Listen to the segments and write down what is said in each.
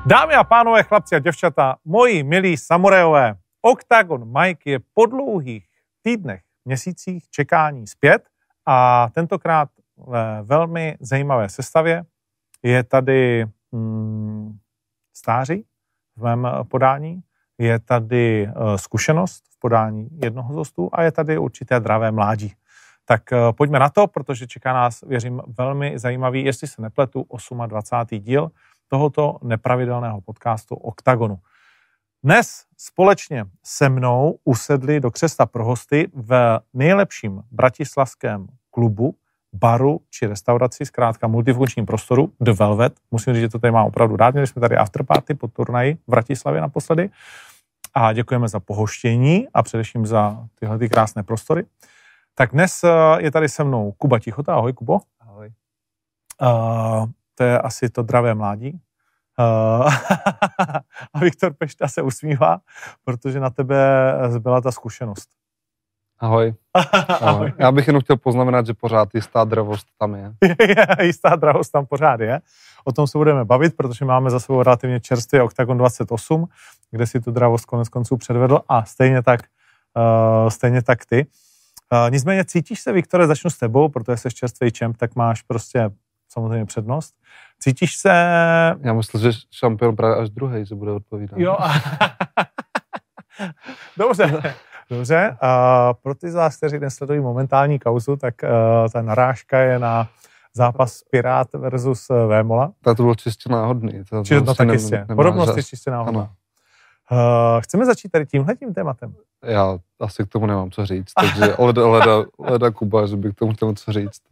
Dámy a pánové, chlapci a děvčata, moji milí samurajové, Octagon Mike je po dlouhých týdnech, měsících čekání zpět a tentokrát ve velmi zajímavé sestavě. Je tady stáří v mém podání, je tady zkušenost v podání jednoho z hostů a je tady určité dravé mládí. Tak pojďme na to, protože čeká nás, věřím, velmi zajímavý, jestli se nepletu, 28. díl tohoto nepravidelného podcastu Octagonu. Dnes společně se mnou usedli do křesla pro hosty v nejlepším bratislavském klubu, baru či restauraci, zkrátka multifunkčním prostoru The Velvet. Musím říct, že to tady má opravdu rád. Měli jsme tady afterparty po turnaji v Bratislavě naposledy a děkujeme za pohoštění a především za tyhle ty krásné prostory. Tak dnes je tady se mnou Kuba Tichota. Ahoj, Kubo. Ahoj. To je asi to dravé mládí. A Viktor Pešta se usmívá, protože na tebe zbyla ta zkušenost. Ahoj. Ahoj. Já bych jenom chtěl poznamenat, že pořád jistá dravost tam je. Jistá dravost tam pořád je. O tom se budeme bavit, protože máme za sebou relativně čerstvý Octagon 28, kde si tu dravost konec konců předvedl a stejně tak ty. Nicméně cítíš se, Viktore, začnu s tebou, protože jsi čerstvý čemp, tak máš prostě samozřejmě přednost. Cítíš se... Já myslím, že šampion právě až druhý se bude odpovídat. Jo. Dobře. Pro ty z vás, kteří nesledují momentální kauzu, tak ta narážka je na zápas Pirát versus Vémola. To bylo čistě náhodný. No tak jistě. Podobnost je čistě náhodná. Chceme začít tady tímhletím tématem? Já asi k tomu nemám co říct, takže leda Kuba, že bych k tomu chtěl co říct.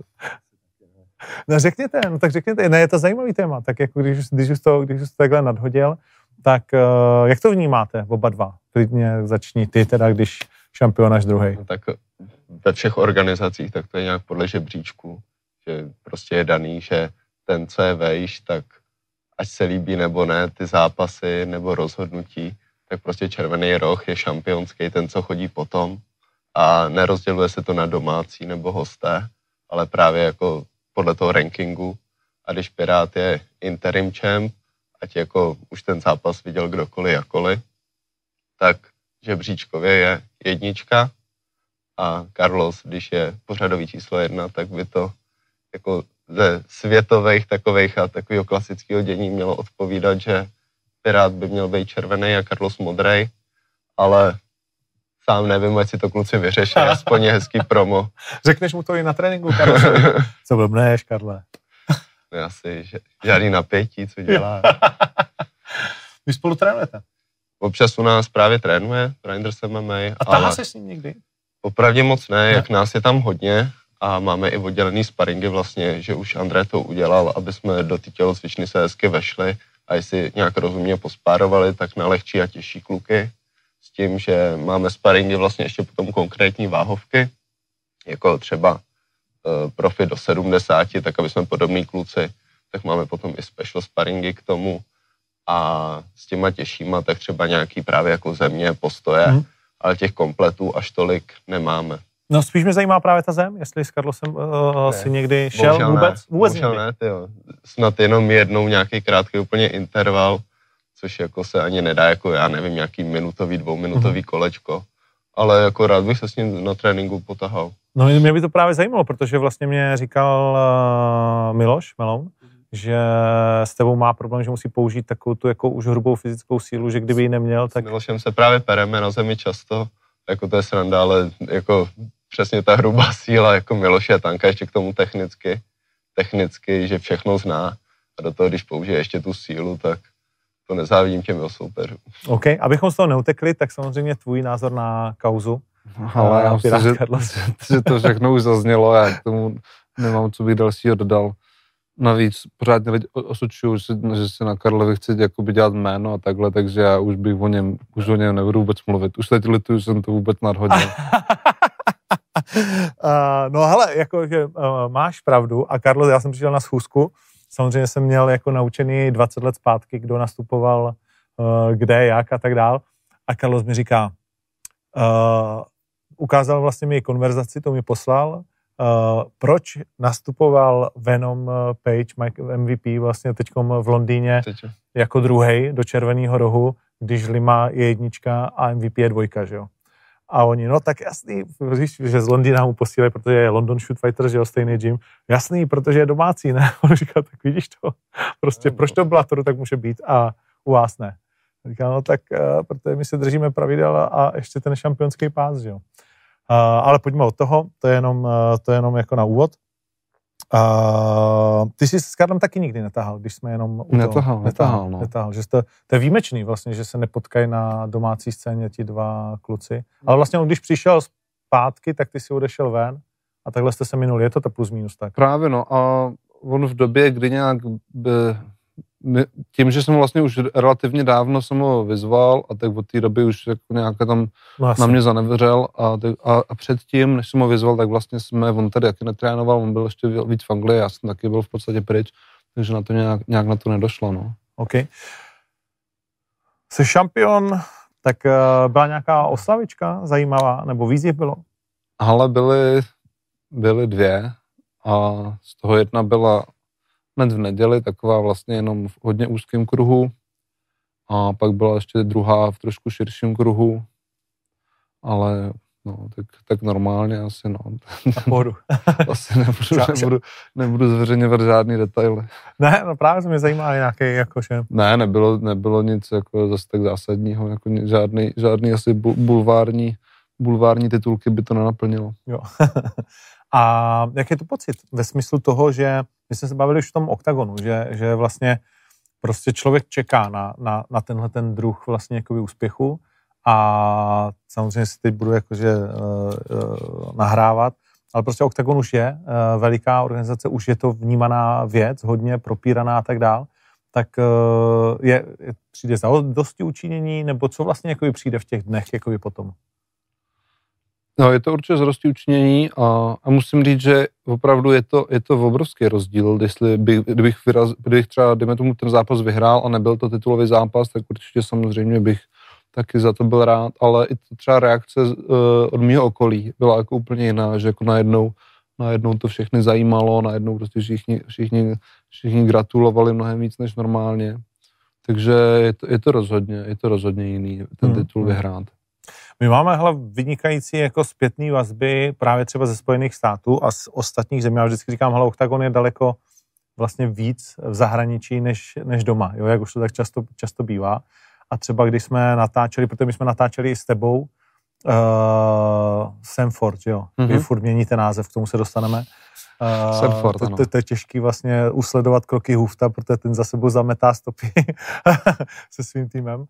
No řekněte, ne, je to zajímavý téma, tak jako když už to takhle nadhodil, tak jak to vnímáte oba dva? Klidně začni ty teda, když šampion až druhý. No, tak ve všech organizacích tak to je nějak podle žebříčku, že prostě je daný, že ten, co je vejš, tak ať se líbí nebo ne, ty zápasy nebo rozhodnutí, tak prostě červený roh je šampionský, ten, co chodí potom a nerozděluje se to na domácí nebo hosté, ale právě jako podle toho rankingu. A když Pirát je interim champ, ať jako už ten zápas viděl kdokoliv, jakoliv, tak žebříčkově je jednička a Carlos, když je pořadový číslo 1, tak by to jako ze světových takových a takového klasického dění mělo odpovídat, že Pirát by měl být červený a Carlos modrej, ale sám nevím, ať si to kluci vyřeší, aspoň je hezký promo. Řekneš mu to i na tréninku, Carlosovi? Co blbneš, Karle? No asi žádný napětí, co dělá. Vy spolu trénujete? Občas u nás právě trénuje, Reinders MMA. A tahá se s ním někdy? Opravdu moc ne, jak nás je tam hodně a máme i oddělený sparingy vlastně, že už André to udělal, aby jsme do té tělocvičny se hezky vešli a jestli nějak rozumně pospárovali, tak na lehčí a těžší kluky. S tím, že máme sparingy vlastně ještě potom konkrétní váhovky, jako třeba profi do 70, tak aby jsme podobný kluci, tak máme potom i special sparingy k tomu a s těma těžšíma tak třeba nějaký právě jako země, postoje, ale těch kompletů až tolik nemáme. No spíš mě zajímá právě ta zem, jestli s Carlosem si někdy šel vůbec? Bohužel ne, tyjo. Snad jenom jednou nějaký krátký úplně interval, což jako se ani nedá, jako já nevím, nějaký minutový, dvouminutový kolečko. Ale jako rád bych se s ním na tréninku potahal. No mě by to právě zajímalo, protože vlastně mě říkal Miloš Meloun, že s tebou má problém, že musí použít takovou tu jako už hrubou fyzickou sílu, že kdyby ji neměl, tak... S Milošem se právě pereme na zemi často, jako to je sranda, ale jako přesně ta hrubá síla, jako Miloš je tanka ještě k tomu technicky, že všechno zná a do toho, když použije ještě tu sílu, tak to nezávidím těm jeho soupeřů. OK, abychom z toho neutekli, tak samozřejmě tvůj názor na kauzu. Ale já myslím, že to všechno už zaznělo, já k tomu nemám, co bych dalšího dodal. Navíc pořádně lidi osočují, že se na Karlovi chci jakoby dělat jméno a takhle, takže já už bych o něm nebudu vůbec mluvit. Už teď lituju, že jsem to vůbec nadhodil. No hele, jakože máš pravdu a Carlos, já jsem přišel na schůzku, samozřejmě jsem měl jako naučený 20 let zpátky, kdo nastupoval, kde, jak a tak dál. A Carlos mi říká, ukázal vlastně mi konverzaci, to mi poslal proč nastupoval Venom Page, MVP vlastně teďkom v Londýně jako druhej do Červeného rohu, když Lima je 1 a MVP je 2, že jo? A oni, no tak jasný, že z Londýna mu posílají, protože je London Shoot Fighter, že jo, stejný gym. Jasný, protože je domácí, ne? On říkal, tak vidíš to, prostě proč to byla tak může být a u vás ne. Říkal, no tak, protože my se držíme pravidel a ještě ten šampionský pás, že jo. Ale pojďme od toho, to je jenom jako na úvod. Ty jsi s Karlem taky nikdy netahal, když jsme jenom netahal, že to je výjimečný vlastně, že se nepotkají na domácí scéně ti 2 kluci. Ale vlastně on, když přišel zpátky, tak ty si odešel ven a takhle jste se minuli, je to plus minus tak? Právě no a on v době, kdy nějak tím, že jsem vlastně už relativně dávno jsem ho vyzval a tak od té doby už jako nějaká tam na mě zanevřel a předtím, než jsem ho vyzval, tak vlastně on tady taky netrénoval, on byl ještě víc v Anglii, já jsem taky byl v podstatě pryč, takže na to nějak na to nedošlo, no. OK. Jsi šampion, tak byla nějaká oslavička zajímavá, nebo víc jich bylo? Ale byly 2 a z toho jedna byla hned v neděli, taková vlastně jenom v hodně úzkém kruhu a pak byla ještě druhá v trošku širším kruhu, ale no, tak normálně asi no. Asi nebudu zveřejňovat žádný detaily. Ne, no právě se mě zajímá nějaký jakože... Ne, nebylo nic jako zase tak zásadního, jako žádný asi bulvární titulky by to nenaplnilo. Jo. A jak je to pocit? Ve smyslu toho, že my jsme se bavili už v tom oktagonu, že vlastně prostě člověk čeká na tenhle ten druh vlastně jakoby úspěchu a samozřejmě si teď budu jakože nahrávat, ale prostě oktagon už je veliká organizace, už je to vnímaná věc, hodně propíraná a tak dál, tak přijde za dosti učinění, nebo co vlastně jakoby přijde v těch dnech jakoby potom? No, je to určitě zrostí učinění a musím říct, že opravdu je to obrovský rozdíl, kdybych třeba, dejme tomu, ten zápas vyhrál a nebyl to titulový zápas, tak určitě samozřejmě bych taky za to byl rád, ale i to třeba reakce od mého okolí byla jako úplně jiná, že jako najednou to všechny zajímalo, najednou prostě všichni gratulovali mnohem víc než normálně, takže je to rozhodně jiný ten titul vyhrát. My máme vynikající jako zpětný vazby právě třeba ze Spojených států a z ostatních zemí. Já vždycky říkám, oktagon je daleko vlastně víc v zahraničí než doma, jo, jak už to tak často bývá. A třeba když jsme natáčeli, protože my jsme natáčeli i s tebou Sanford, jo, vy furt měníte název, k tomu se dostaneme. Sanford, ano. To je těžký vlastně usledovat kroky Hufta, protože ten za sebou zametá stopy se svým týmem.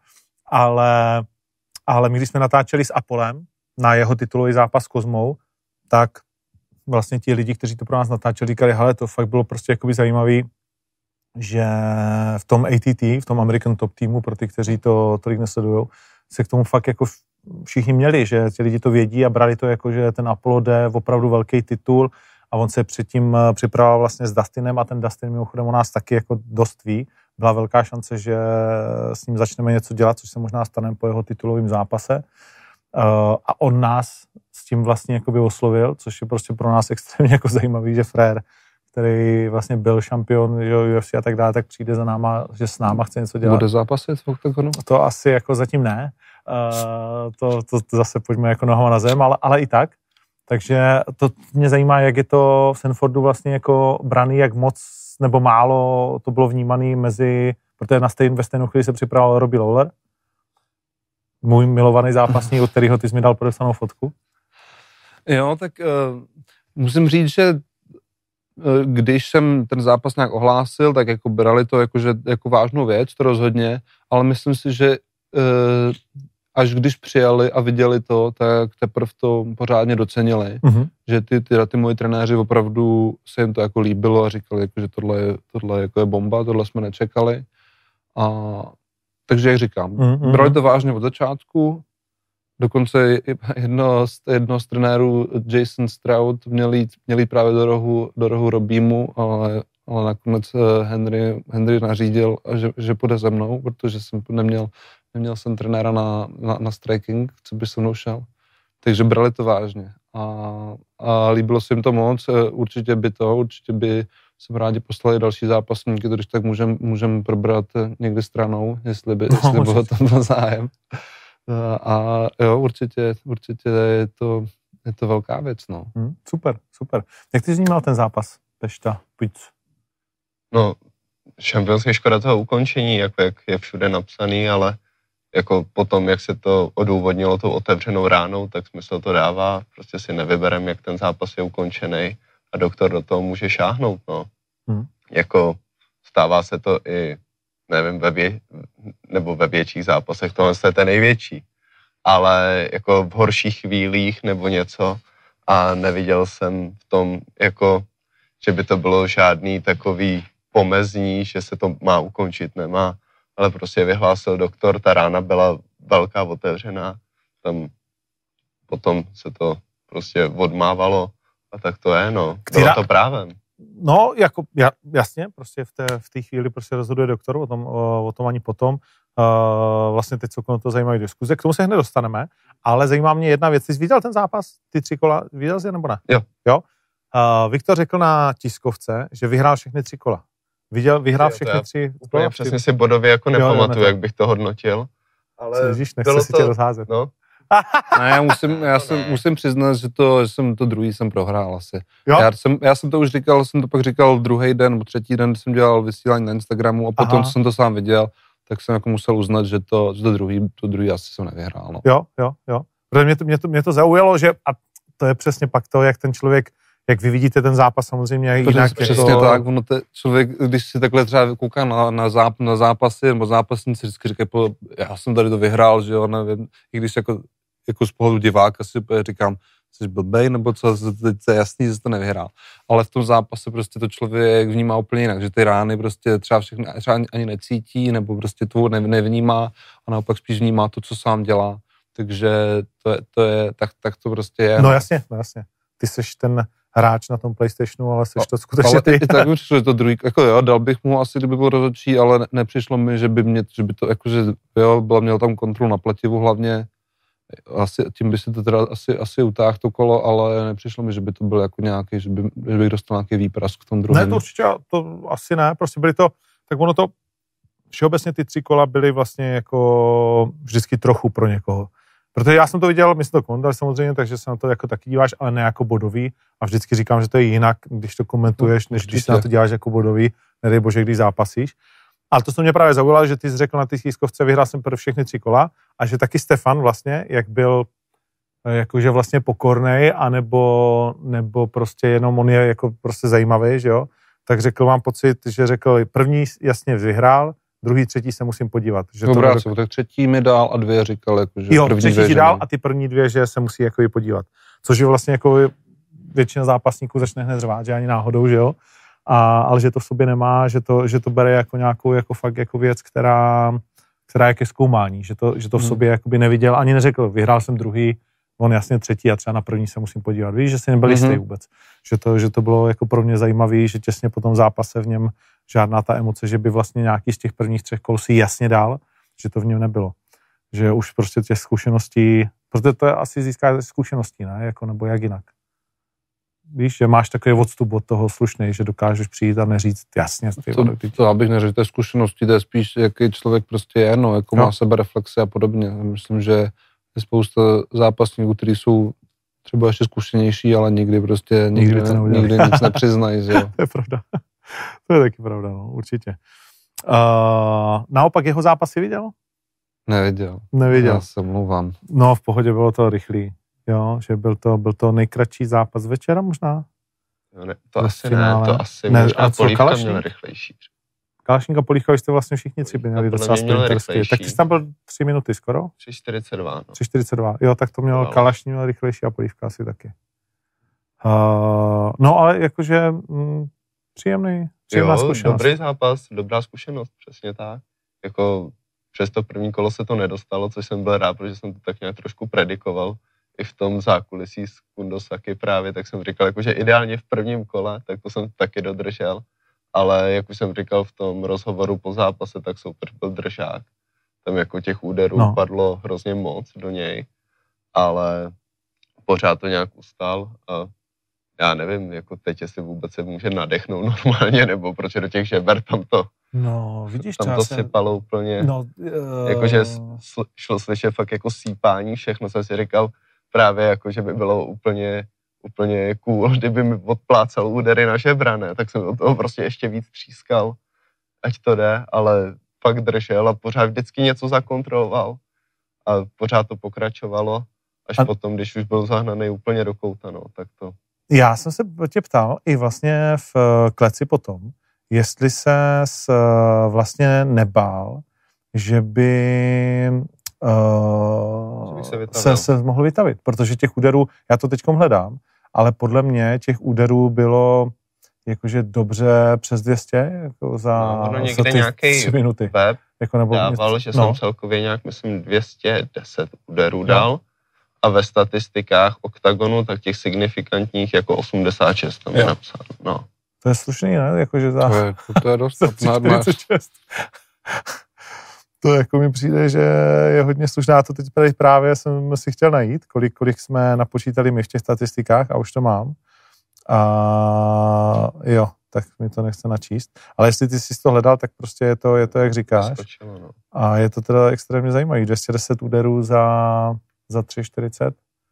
Ale my, když jsme natáčeli s Apolem na jeho titulový zápas s Kozmou, tak vlastně ti lidi, kteří to pro nás natáčeli, říkali, hele, to fakt bylo prostě jakoby zajímavý, že v tom ATT, v tom American Top Teamu, pro ty, kteří to tolik nesledujou, se k tomu fakt jako všichni měli, že ti lidi to vědí a brali to jako, že ten Apollo jde opravdu velký titul a on se předtím připravoval vlastně s Dustinem a ten Dustin mimochodem o nás taky jako dost ví. Byla velká šance, že s ním začneme něco dělat, což se možná stane po jeho titulovém zápase. A on nás s tím vlastně jakoby oslovil, což je prostě pro nás extrémně jako zajímavý, že frér, který vlastně byl šampion UFC a tak dále, tak přijde za náma, že s náma chce něco dělat. Bude zápasit v oktagonu? To asi jako zatím ne. To zase pojďme jako nohama na zem, ale i tak. Takže to mě zajímá, jak je to v Sanfordu vlastně jako braný, jak moc nebo málo to bylo vnímané protože ve stejnou chvíli se připravoval Robbie Lawler, můj milovaný zápasník, od kterého ty jsi mi dal podepsanou fotku. Jo, tak musím říct, že když jsem ten zápas nějak ohlásil, tak jako brali to jako vážnou věc, to rozhodně, ale myslím si, že až když přijali a viděli to, tak teprve to pořádně docenili, že ty moji trenéři opravdu se jim to jako líbilo a říkali, jako, že tohle jako je bomba, tohle jsme nečekali. Takže jak říkám, brali to vážně od začátku, dokonce jedno z trenérů Jason Stroud měl jít právě do rohu Robímu, ale nakonec Henry nařídil, že půjde se mnou, protože jsem neměl jsem trenéra na striking, co by se mnou šel. Takže brali to vážně. a líbilo se jim to moc. Určitě by jsem rádi poslali další zápasníky, když tak můžem probrat někdy stranou, jestli bylo tam zájem. A jo, určitě je to velká věc, no. Super. Jak ty vnímal ten zápas, Pešta, Pujc? No, šampionský škoda toho ukončení, jako jak je všude napsaný, ale jako potom, jak se to odůvodnilo tou otevřenou ránou, tak smysl to dává. Prostě si nevyberem, jak ten zápas je ukončený a doktor do toho může šáhnout, no. Jako stává se to i, nevím, ve větších zápasech, tohle je ten největší, ale jako v horších chvílích nebo něco a neviděl jsem v tom, jako, že by to bylo žádný takový pomezní, že se to má ukončit, nemá, ale prostě vyhlásil doktor, ta rána byla velká otevřená, tam potom se to prostě odmávalo a tak to je, no, bylo to právem. No, jako, jasně, prostě v té chvíli prostě rozhoduje doktor, o tom ani potom. Vlastně teď jsou to zajímavé diskuze, k tomu se hned dostaneme, ale zajímá mě jedna věc. Ty jsi viděl ten zápas, ty 3 kola, viděl jsi nebo ne? Jo. Viktor řekl na tiskovce, že vyhrál všechny 3 kola. Vyhrál všechny 3 kola? Já přesně si bodově jako nepamatuju, jak bych to hodnotil. Ale Ježíš, nechce si tě rozházet. No. Ne, já musím přiznat, že jsem to druhý jsem prohrál asi. Já jsem to už říkal, jsem to pak říkal druhý den nebo třetí den, jsem dělal vysílání na Instagramu a potom, co jsem to sám viděl, tak jsem jako musel uznat, že to druhý asi jsem nevyhrál. No. Jo. Protože mě to zaujalo, že a to je přesně pak to, jak ten člověk, jak vy vidíte ten zápas samozřejmě jinak. Přesně tak, člověk, když si takhle třeba kouká na zápasy nebo zápasníci, vždycky říkají, já jsem tady to vyhrál, že jo, nevím, i když jako z pohledu diváka si říkám, jsi blbej, nebo co, teď je jasný, že jsi to nevyhrál. Ale v tom zápase prostě to člověk vnímá úplně jinak, že ty rány prostě třeba všechny třeba ani necítí, nebo prostě to nevnímá a naopak spíš vnímá to, co sám dělá. Takže to je, tak to prostě je. No jasně. Ty seš ten hráč na tom PlayStationu, ale seš to skutečně ty. Ale tak mi přišlo, že to druhý, jako jo, dal bych mu asi, kdyby byl rozhodčí, ale nepřišlo mi, že by to, jakože jo, měl tam kontrolu na pletivu hlavně, asi, tím by se to teda asi utáhl to kolo, ale nepřišlo mi, že by to byl jako nějaký, že bych dostal nějaký výprask v tom druhém. Ne, to určitě, to asi ne, prostě byly to, tak ono to, všeobecně ty 3 kola byly vlastně jako vždycky trochu pro někoho. Protože já jsem to viděl, my jsme to komentovali samozřejmě, takže se na to jako taky díváš, ale ne jako bodový a vždycky říkám, že to je jinak, když to komentuješ, než když se na to díváš jako bodový, nedej bože, když zápasíš. Ale to mě právě zaujalo, že ty jsi řekl na té tiskovce, vyhrál jsem všechny 3 kola a že taky Stefan vlastně, jak byl jakože vlastně pokornej, nebo prostě jenom on je jako prostě zajímavý, že jo, tak řekl, mám pocit, že řekl, první jasně vyhrál, druhý, třetí se musím podívat. Že to tak třetí mi dal a 2 říkal, jako, že jo, první třetí dal a ty první 2, že se musí jako podívat. Což je vlastně jako většina zápasníků začne hned řvát, že ani náhodou, že jo. Ale že to v sobě nemá, že to bere jako nějakou jako fakt jako věc, která je ke zkoumání, že to v sobě jakoby neviděl, ani neřekl, vyhrál jsem druhý, on jasně třetí a třeba na první se musím podívat. Víš, že si nebyl jistý vůbec. Že to bylo jako pro mě zajímavý, že těsně po tom zápase v něm žádná ta emoce, že by vlastně nějaký z těch prvních 3 kol si jasně dal, že to v něm nebylo. Že už prostě těch zkušeností, protože to je asi získá zkušeností, ne? Jako, nebo jak jinak. Víš, že máš takový odstup od toho slušnej, že dokážeš přijít a neříct jasně. To já bych neřekl, to je zkušenosti, to je spíš, jaký člověk prostě je, no, jako má sebereflexe a podobně. Myslím, že je spousta zápasníků, kteří jsou třeba ještě zkušenější, ale nikdy nic nepřiznají. Že jo? To je pravda. To je taky pravda, no, určitě. Naopak jeho zápasy viděl? Neviděl. Já se mluvám. No, v pohodě bylo to rychlý. Jo, že byl to nejkratší zápas večera možná? No ne, to asi ne, to asi možná Polívka měl rychlejší. Kalašník a Polívka, jste vlastně všichni 3 by měli docela sprinterský. Tak ty jsi tam byl 3 minuty skoro? 3:42, no. 3:42, jo, tak to měl Kalašník měl rychlejší a Polívka asi taky. No, ale jakože příjemná zkušenost. Dobrý zápas, dobrá zkušenost, přesně tak. Jako přes to první kolo se to nedostalo, což jsem byl rád, protože jsem to tak nějak trošku predikoval. I v tom zákulisí s Kundosaki právě, tak jsem říkal, jakože ideálně v prvním kole, tak to jsem taky dodržel, ale jak už jsem říkal v tom rozhovoru po zápase, tak soupeř byl držák. Tam jako těch úderů padlo hrozně moc do něj, ale pořád to nějak ustál a já nevím, jako teď, jestli vůbec se může nadechnout normálně, nebo proč do těch žeber tam to sypalo úplně, jakože šlo slyšet fakt jako sípání, všechno jsem si říkal právě jako, že by bylo úplně cool, kdyby mi odplácal údery na žebra, ne? Tak jsem do toho prostě ještě víc třískal, ať to jde, ale fakt držel a pořád vždycky něco zakontroloval a pořád to pokračovalo, až potom, když už byl zahnaný úplně do kouta, no, tak to... Já jsem se tě ptal i vlastně v kleci potom, jestli ses vlastně nebál, že by se mohl vytavit, protože těch úderů, já to teďkom hledám, ale podle mě těch úderů bylo jakože dobře přes 200 jako za ty 3 minuty. Web jako nebo dával, že jsem celkově nějak, myslím, 210 úderů dal a ve statistikách OKTAGONu tak těch signifikantních jako 86 tam je napsáno. No. To je slušný, ne? Jakože za... To je dost 46. To jako mi přijde, že je hodně slušná. To teď právě jsem si chtěl najít, kolik jsme napočítali my v těch statistikách a už to mám. A jo, tak mi to nechce načíst. Ale jestli ty jsi to hledal, tak prostě je to jak říkáš. A je to teda extrémně zajímavý. 210 úderů za 3,40.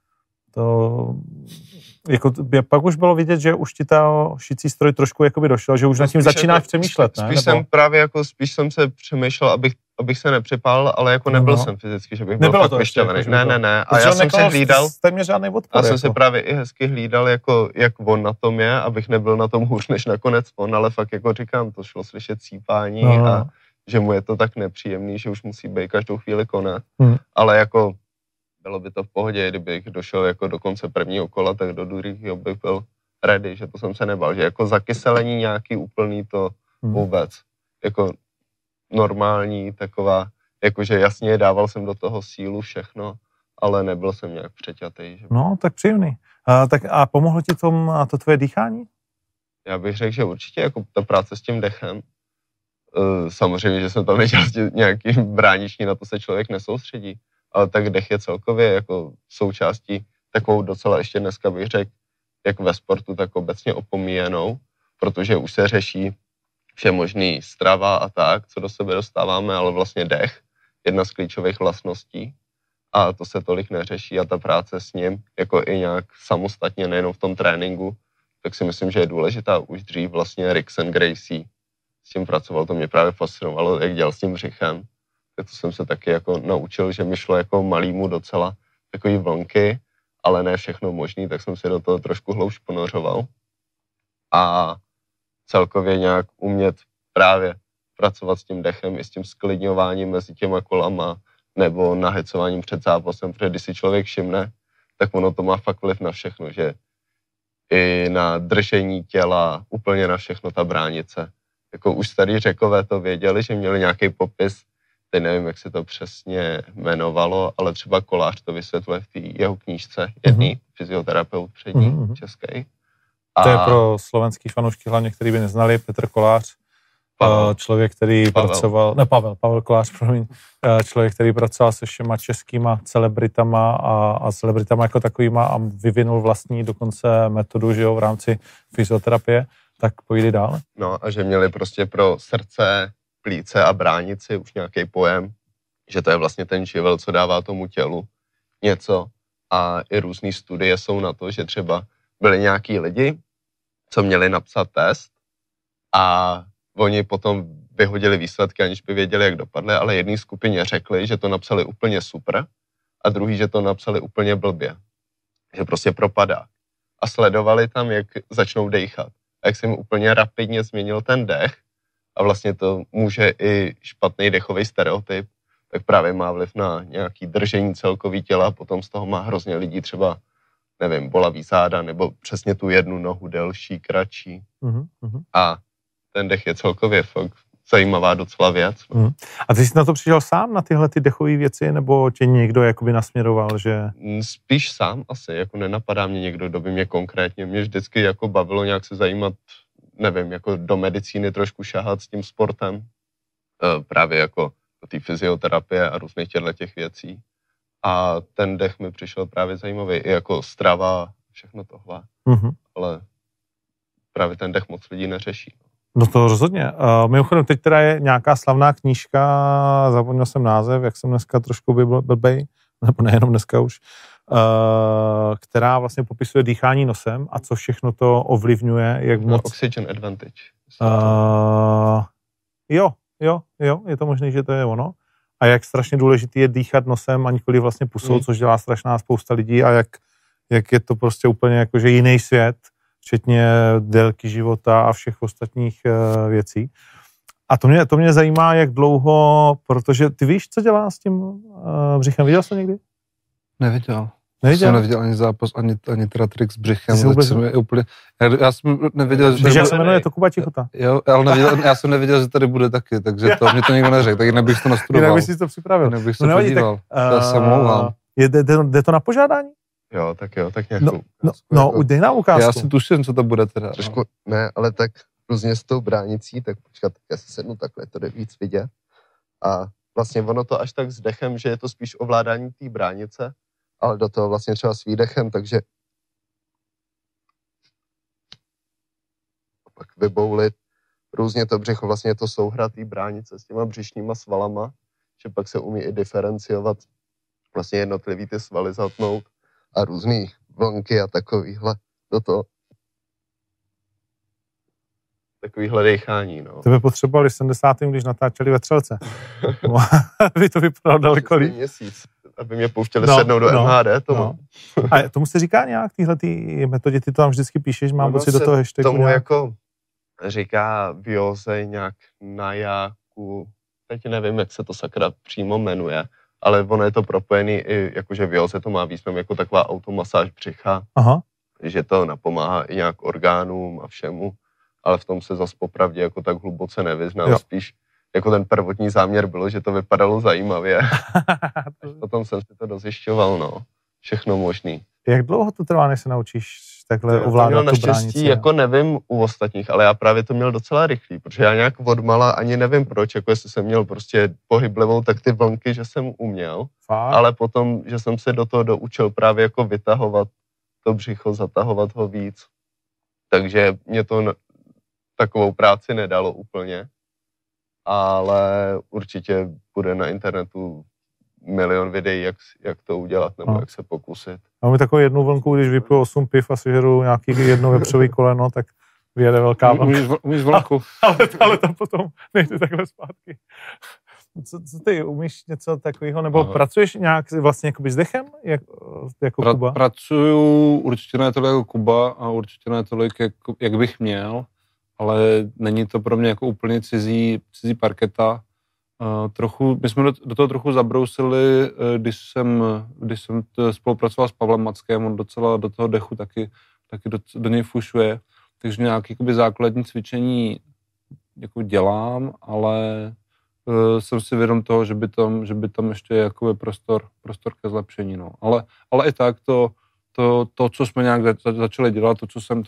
To jako, pak už bylo vidět, že už ti ta šicí stroj trošku jakoby došel, že už nad tím začínáš přemýšlet, ne? Spíš jsem se přemýšlel, abych se nepřepálil, ale jako nebyl jsem fyzicky, že bych byl fakt vyšťavený. Ne. A já jsem se hlídal, a jsem se právě i hezky hlídal, jako, jak on na tom je, abych nebyl na tom hůř než nakonec on, ale fakt jako říkám, to šlo slyšet cípání a že mu je to tak nepříjemný, že už musí být každou chvíli konec. Ale jako bylo by to v pohodě, kdybych došel jako do konce prvního kola, tak do druhého bych byl ready, že to jsem se nebal, že jako zakyselení nějaký úplný to vůbec, jako normální taková, jakože jasně dával jsem do toho sílu všechno, ale nebyl jsem nějak přeťatej. Že... No, tak příjemný. A pomohlo ti to tvoje dýchání? Já bych řekl, že určitě jako ta práce s tím dechem, samozřejmě, že jsem tam nedělal nějaký brániční, na to se člověk nesoustředí, ale tak dech je celkově jako součástí takovou docela ještě dneska bych řekl, jak ve sportu, tak obecně opomíjenou, protože už se řeší vše možný strava a tak, co do sebe dostáváme, ale vlastně dech, jedna z klíčových vlastností a to se tolik neřeší a ta práce s ním, jako i nějak samostatně, nejenom v tom tréninku, tak si myslím, že je důležitá. Už dřív vlastně Rickson Gracie s tím pracoval, to mě právě fascinovalo, jak dělal s tím břichem. Tak to jsem se taky jako naučil, že mi šlo jako malýmu docela takový vlnky, ale ne všechno možný, tak jsem si do toho trošku hloubš ponořoval. A celkově nějak umět právě pracovat s tím dechem i s tím sklidňováním mezi těma kolama nebo nahecováním před zápasem, protože když si člověk všimne, tak ono to má fakt vliv na všechno, že i na držení těla, úplně na všechno ta bránice. Jako už starý Řekové to věděli, že měli nějaký popis, teď nevím, jak se to přesně jmenovalo, ale třeba Kolář to vysvětluje v té jeho knížce, jedný fyzioterapeut přední, český. To je pro slovenský fanoušky hlavně, který by neznali, Petr Kolář, člověk, který pracoval, Pavel Kolář, člověk, který pracoval se všema českýma celebritama a celebritama jako takovýma a vyvinul vlastní dokonce metodu, že jo, v rámci fyzioterapie, tak pojdi dál. No a že měli prostě pro srdce, plíce a bránici už nějaký pojem, že to je vlastně ten živel, co dává tomu tělu něco a i různý studie jsou na to, že třeba byli nějaký lidi, co měli napsat test a oni potom vyhodili výsledky, aniž by věděli, jak dopadly, ale jedné skupině řekli, že to napsali úplně super a druhý, že to napsali úplně blbě. Že prostě propadá. A sledovali tam, jak začnou dejchat. A jak se jim úplně rapidně změnil ten dech a vlastně to může i špatný dechový stereotyp, tak právě má vliv na nějaký držení celkový těla, potom z toho má hrozně lidí třeba, nevím, bolavý záda nebo přesně tu jednu nohu delší, kratší. A ten dech je celkově fakt zajímavá docela věc. A ty jsi na to přišel sám, na tyhle ty dechové věci, nebo tě někdo jakoby nasměroval, že... Spíš sám asi, jako nenapadá mě někdo, kdo by mě konkrétně, mě vždycky jako bavilo nějak se zajímat, nevím, jako do medicíny trošku šahat s tím sportem, právě jako do té fyzioterapie a různých těch věcí. A ten dech mi přišel právě zajímavý, i jako strava, všechno tohle. Mm-hmm. Ale právě ten dech moc lidí neřeší. No to rozhodně. Mimochodem, teď teda je nějaká slavná knížka, zapomněl jsem název, jak jsem dneska trošku blbej, nebo nejenom dneska už, která vlastně popisuje dýchání nosem a co všechno to ovlivňuje, jak moc... Oxygen Advantage. Jo, je to možné, že to je ono. A jak strašně důležitý je dýchat nosem a nikoli vlastně pusou, což dělá strašná spousta lidí a jak je to prostě úplně jakože jiný svět, včetně délky života a všech ostatních věcí. A to mě zajímá, jak dlouho, protože ty víš, co dělá s tím břichem? Viděl jsi to někdy? Neviděl. Neviděl? Jsem neviděl ani zápas, ani teda trik s břichem. Vůbec... Já jsem neviděl, že... jak se jmenuje, to Kuba Tichota. Jo, ale já jsem neviděl, že tady bude taky, takže mě to nikdo neřekl, tak jinak bych to nastudoval. Jinak bych si to připravil. Jinak bych to podíval. Já se omlouvám. Jde to na požádání? Jo, tak nějakou. Dej nám ukázku. Já si tuším, co to bude teda. Trošku, ne, ale tak různě s tou bránicí, tak počkat, já si sednu takhle, to jde víc vidět. A vlastně ono to až tak s dechem, že je to spíš ovládání té bránice, ale do toho vlastně třeba s výdechem, takže pak vyboulit různě to břicho, vlastně je to souhra té bránice s těma břišníma svalama, že pak se umí i diferenciovat vlastně jednotlivý ty svaly zatnout a různý vlnky a takovýhle do toho. Takovýhle dechání, no. Tebe potřebovali v 70. když natáčeli ve Třelce. By to vypadalo daleko líp. Měsíc, aby mě pouštěli sednout do MHD. A tomu se říká nějak tyhletý metodě, ty to tam vždycky píšeš, mám pocit do toho hashtagu. Tomu nějak... jako říká Vioze nějak na jáku, teď nevím, jak se to sakra přímo jmenuje, ale ono je to propojený i, jakože Vioze to má význam jako taková automasáž břicha, že to napomáhá i nějak orgánům a všemu, ale v tom se zas popravdě jako tak hluboce nevyznám, spíš jako ten prvotní záměr bylo, že to vypadalo zajímavě. Potom jsem si to dozjišťoval, no. Všechno možný. Jak dlouho to trvá, než se naučíš takhle ovládat tu bránici? Jako nevím u ostatních, ale já právě to měl docela rychlý, protože já nějak odmala ani nevím proč, jako jestli jsem měl prostě pohyblivou, tak ty vlnky, že jsem uměl, ale potom, že jsem se do toho doučil právě jako vytahovat to břicho, zatahovat ho víc. Takže mě to takovou práci nedalo úplně, ale určitě bude na internetu milion videí, jak to udělat, nebo jak se pokusit. Máme takovou jednu vlnku, když vypiju 8 piv a sežeru nějaký jedno vepřový koleno, tak vyjede velká vlnka. Umíš vlnku. Ale tam potom nejde takhle zpátky. Co ty, umíš něco takového, nebo pracuješ nějak vlastně jakoby s dechem, jako Kuba? Pracuju určitě ne tolik jako Kuba a určitě ne tolik, jak bych měl, ale není to pro mě jako úplně cizí parketa. My jsme do toho trochu zabrousili, když jsem spolupracoval s Pavlem Mackem, on docela do toho dechu taky do něj fušuje, takže nějaké jakoby základní cvičení jako dělám, ale jsem si vědom toho, že by tam ještě je jakoby prostor ke zlepšení, no. Ale i tak to, co jsme nějak začali dělat,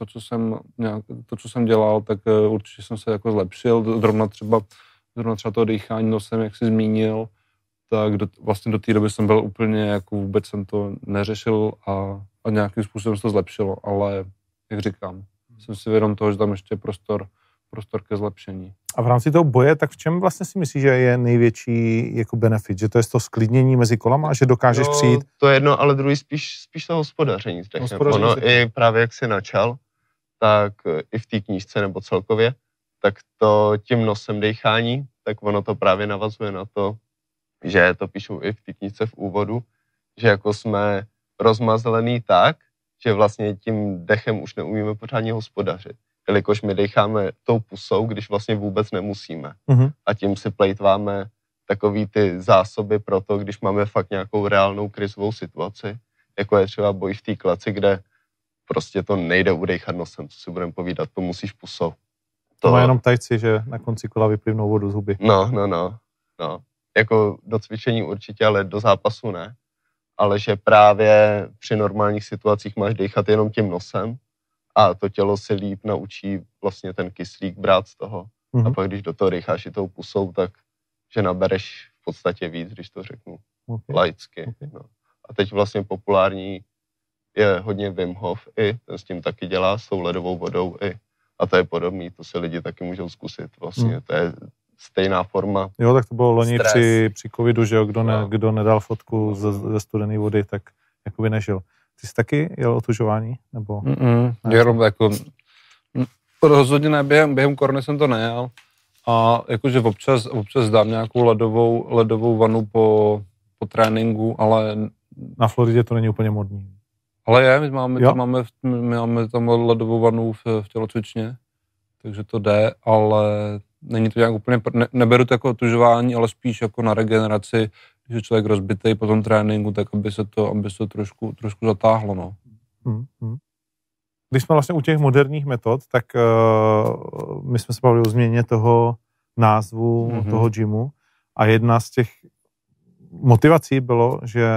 to, co jsem dělal, tak určitě jsem se jako zlepšil, zrovna třeba to dýchání nosem, jak jsi zmínil, tak vlastně do té doby jsem byl úplně, jako vůbec jsem to neřešil a nějakým způsobem se to zlepšilo, ale jak říkám, jsem si vědom toho, že tam ještě je prostor ke zlepšení. A v rámci toho boje, tak v čem vlastně si myslíš, že je největší jako benefit? Že to je to sklidnění mezi kolama, že dokážeš přijít? To je jedno, ale druhý spíš to hospodaření s dechem. Ono i právě jak jsi načal, tak i v té knížce nebo celkově, tak to tím nosem dechání, tak ono to právě navazuje na to, že to píšu i v té knížce v úvodu, že jako jsme rozmazlený tak, že vlastně tím dechem už neumíme pořádně hospodařit. Jelikož my decháme tou pusou, když vlastně vůbec nemusíme. A tím si plejtváme takový ty zásoby pro to, když máme fakt nějakou reálnou krizovou situaci, jako je třeba boj v té klaci, kde prostě to nejde udejchat nosem, co si budeme povídat, to musíš pusou. To má jenom tajci, že na konci kola vyplivnou vodu z huby. No. Jako do cvičení určitě, ale do zápasu ne. Ale že právě při normálních situacích máš dechat jenom tím nosem a to tělo si líp naučí vlastně ten kyslík brát z toho. A pak když do toho decháš i tou pusou, tak že nabereš v podstatě víc, když to řeknu laicky. No. A teď vlastně populární je hodně Wim Hof ten s tím taky dělá, s tou ledovou vodou a to je podobný, to si lidi taky můžou zkusit vlastně, to je stejná forma. Jo, tak to bylo loni při covidu, že jo, kdo nedal fotku ze studené vody, tak jakoby nežil. Ty jsi taky jel otužování? Nebo? Jenom jako, rozhodně ne, během korony jsem to nejel. A jakože občas dám nějakou ledovou vanu po tréninku, ale... Na Floridě to není úplně modní. Ale my máme tam ledovou vanu v tělocvičně, takže to jde, ale není to nějak úplně... Neberu to jako otužování, ale spíš jako na regeneraci, když je člověk rozbitej po tom tréninku, tak aby se to trošku zatáhlo, no. Když jsme vlastně u těch moderních metod, tak my jsme se bavili o změně toho názvu toho gymu a jedna z těch motivací bylo, že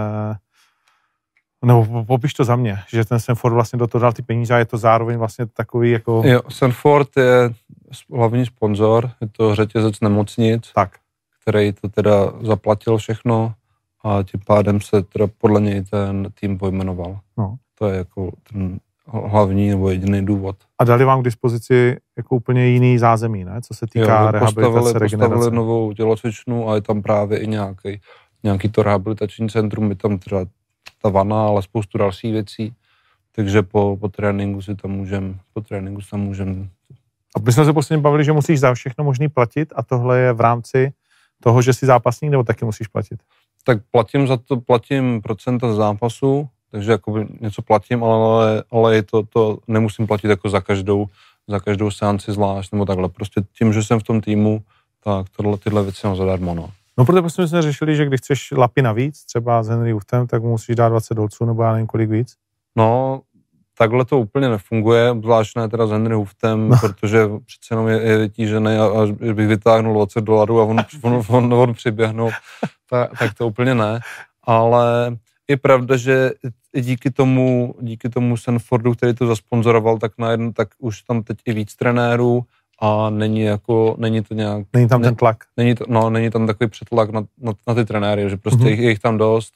nebo popiš to za mě, že ten Sanford vlastně do toho dal ty peníze a je to zároveň vlastně takový jako... Jo, Sanford je hlavní sponzor, je to řetězec nemocnic, který to teda zaplatil všechno a tím pádem se teda podle něj ten tým pojmenoval. No. To je jako ten hlavní nebo jediný důvod. A dali vám k dispozici jako úplně jiný zázemí, ne? Co se týká rehabilitace, regenerace. Postavili novou tělocvičnu a je tam právě i nějaký to rehabilitační centrum, je tam teda ta vana, ale spoustu dalších věcí. Takže po tréninku si tam můžem... A my jsme se posledně bavili, že musíš za všechno možný platit a tohle je v rámci toho, že jsi zápasník, nebo taky musíš platit? Tak platím procenta zápasu, takže jakoby něco platím, ale je to nemusím platit jako za každou seanci zvlášť, nebo takhle. Prostě tím, že jsem v tom týmu, tak tyhle věci mám zadarmo, no. No, protože jsme řešili, že když chceš lapy navíc, třeba s Henry Huftem, tak musíš dát $20, nebo já nevím kolik víc. No, takhle to úplně nefunguje, zvlášť ne teda s Henry Huftem, protože přece jenom je vytížený a bych vytáhnul $20 a on přiběhnul, tak to úplně ne. Ale je pravda, že díky tomu Sanfordu, který to zasponzoroval, tak už tam teď i víc trenérů a není to nějak... Není tam ten tlak. Není tam takový přetlak na ty trenéry, že prostě je jich tam dost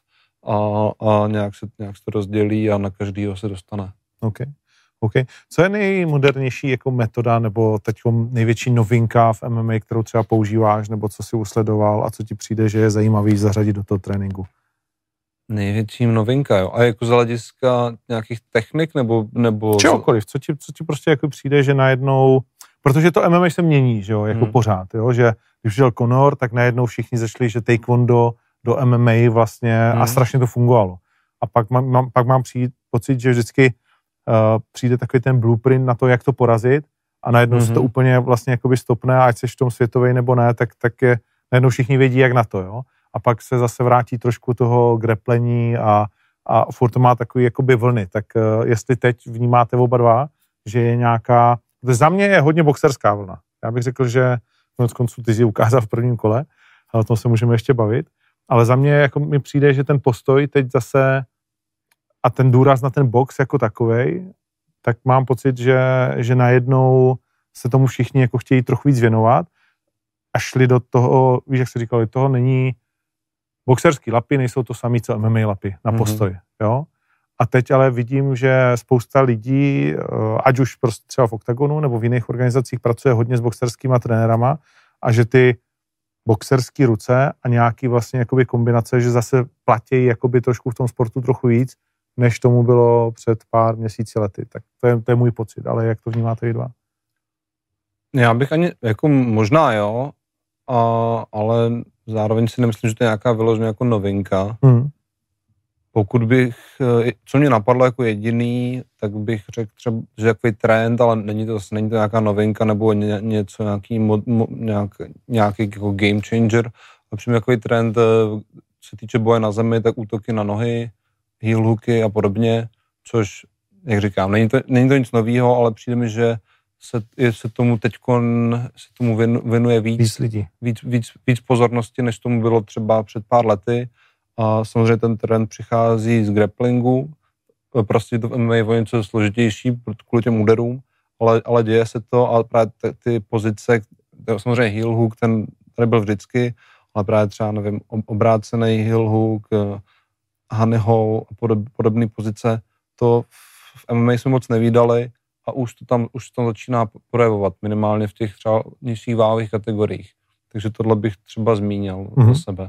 a nějak se to rozdělí a na každýho se dostane. OK. Co je nejmodernější jako metoda nebo teď největší novinka v MMA, kterou třeba používáš, nebo co si usledoval a co ti přijde, že je zajímavý zařadit do toho tréninku? Největší novinka, jo. A jako z hlediska nějakých technik nebo... Čehokoliv, co ti prostě jako přijde, že najednou... Protože to MMA se mění, že jo, jako pořád, jo, že když žil Conor, tak najednou všichni začali, že taekwondo do MMA vlastně a strašně to fungovalo. A pak mám pocit, že vždycky přijde takový ten blueprint na to, jak to porazit a najednou se to úplně vlastně jakoby stopne a ať seš v tom světovej nebo ne, tak je najednou všichni vědí, jak na to, jo. A pak se zase vrátí trošku toho greplení a furt to má takový jakoby vlny. Tak jestli teď vnímáte oba dva, že je nějaká... Za mě je hodně boxerská vlna. Já bych řekl, že konec konců ty jsi ukázal v prvním kole, ale o tom se můžeme ještě bavit. Ale za mě jako mi přijde, že ten postoj teď zase a ten důraz na ten box jako takovej, tak mám pocit, že najednou se tomu všichni jako chtějí trochu víc věnovat a šli do toho, víš, jak jsi říkali, toho není boxerský lapy, nejsou to samý, co MMA lapy na postoj, jo. A teď ale vidím, že spousta lidí, ať už prostě třeba v Oktagonu nebo v jiných organizacích pracuje hodně s boxerskýma trenérama a že ty boxerský ruce a nějaký vlastně jakoby kombinace, že zase platí jakoby trošku v tom sportu trochu víc, než tomu bylo před pár měsíci lety. Tak to je můj pocit, ale jak to vnímáte vy dva? Já bych ani, jako možná jo, ale zároveň si nemyslím, že to je nějaká vyložená jako novinka. Pokud bych, co mě napadlo jako jediný, tak bych řekl třeba, že takový trend, ale není to nějaká novinka nebo něco, nějaký jako game changer. A přijím takový trend, co se týče boje na zemi, tak útoky na nohy, heel hooky a podobně, což, jak říkám, není to nic nového, ale přijde mi, že se tomu věnuje víc lidí. Víc pozornosti, než tomu bylo třeba před pár lety. A samozřejmě ten trend přichází z grapplingu, prostě to v MMA je něco složitější kvůli těm úderům, ale děje se to a právě ty pozice, samozřejmě heel hook, ten tady byl vždycky, ale právě třeba, nevím, obrácený heel hook, honey hole a podobné pozice, to v MMA jsme moc nevídali a už to tam začíná projevovat, minimálně v těch třeba nižších váhových kategoriích. Takže tohle bych třeba zmínil za sebe.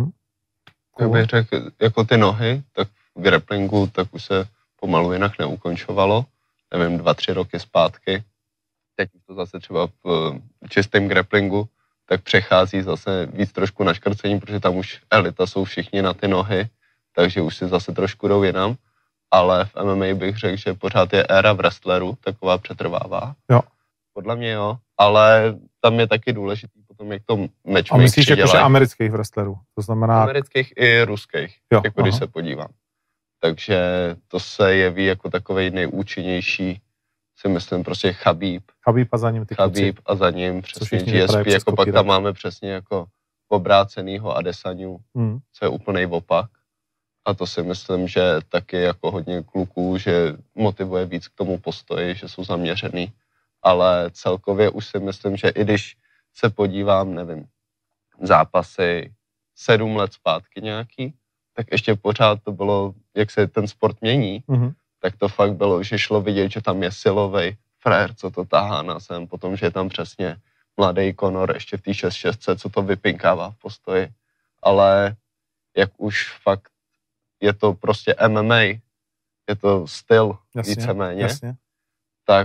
Já bych řekl, jako ty nohy, tak v grapplingu tak už se pomalu jinak neukončovalo. Nevím, 2-3 roky zpátky. Teď to zase třeba v čistém grapplingu, tak přechází zase víc trošku na škrcení, protože tam už elita jsou všichni na ty nohy, takže už si zase trošku jdou jinam. Ale v MMA bych řekl, že pořád je éra wrestlerů, taková přetrvává. Jo. Podle mě jo, ale tam je taky důležitý potom, jak to matchmaking. A myslíš jakože amerických wrestlerů? To znamená... Amerických i ruských, jo, jako když se podívám. Takže to se jeví jako takovej nejúčinnější, si myslím, prostě Khabib. Khabib a za ním ty Khabib a za ním přesně GSP, jako pak tam máme přesně jako obrácenýho Adesanyu, co je úplnej opak. A to si myslím, že taky jako hodně kluků, že motivuje víc k tomu postoji, že jsou zaměřený. Ale celkově už si myslím, že i když se podívám, nevím, zápasy 7 let zpátky nějaký, tak ještě pořád to bylo, jak se ten sport mění, tak to fakt bylo, že šlo vidět, že tam je silovej frér, co to tahá na zem, potom, že je tam přesně mladý Conor ještě v té 6-6, co to vypinkává v postoji. Ale jak už fakt je to prostě MMA, je to styl víceméně, tak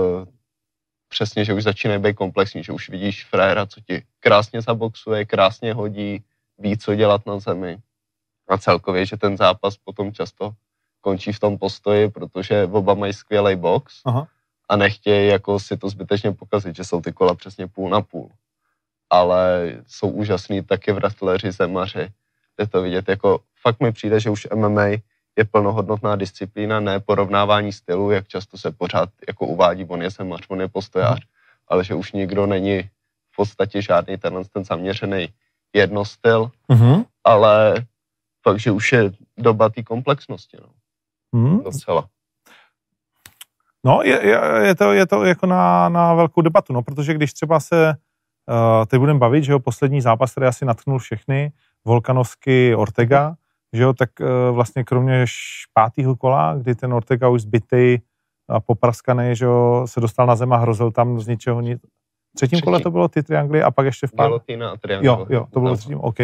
přesně, že už začínají být komplexní, že už vidíš fréra, co ti krásně zaboxuje, krásně hodí, ví, co dělat na zemi. A celkově, že ten zápas potom často končí v tom postoji, protože oba mají skvělý box a nechtějí jako si to zbytečně pokazit, že jsou ty kola přesně půl na půl. Ale jsou úžasný taky wrestleri, zemaři. Je to vidět, jako fakt mi přijde, že už MMA je plnohodnotná disciplína, ne porovnávání stylu, jak často se pořád jako uvádí, on je zemař, on je postojář, ale že už nikdo není v podstatě žádný ten zaměřený jednostyl, ale fakt, že už je doba té komplexnosti, no. Docela. No, je to jako na velkou debatu, no, protože když třeba se teď budeme bavit, že jo, poslední zápas, který asi natchnul všechny, Volkanovský Ortega, že jo, tak vlastně kromě 5. kola, kdy ten Ortega už zbytej a popraskaný, že jo, se dostal na zem a hrozil tam z ničeho nic. V 3. kole to bylo ty triangly a pak ještě v Guillotina a triangl. Jo, to bylo v 3. OK.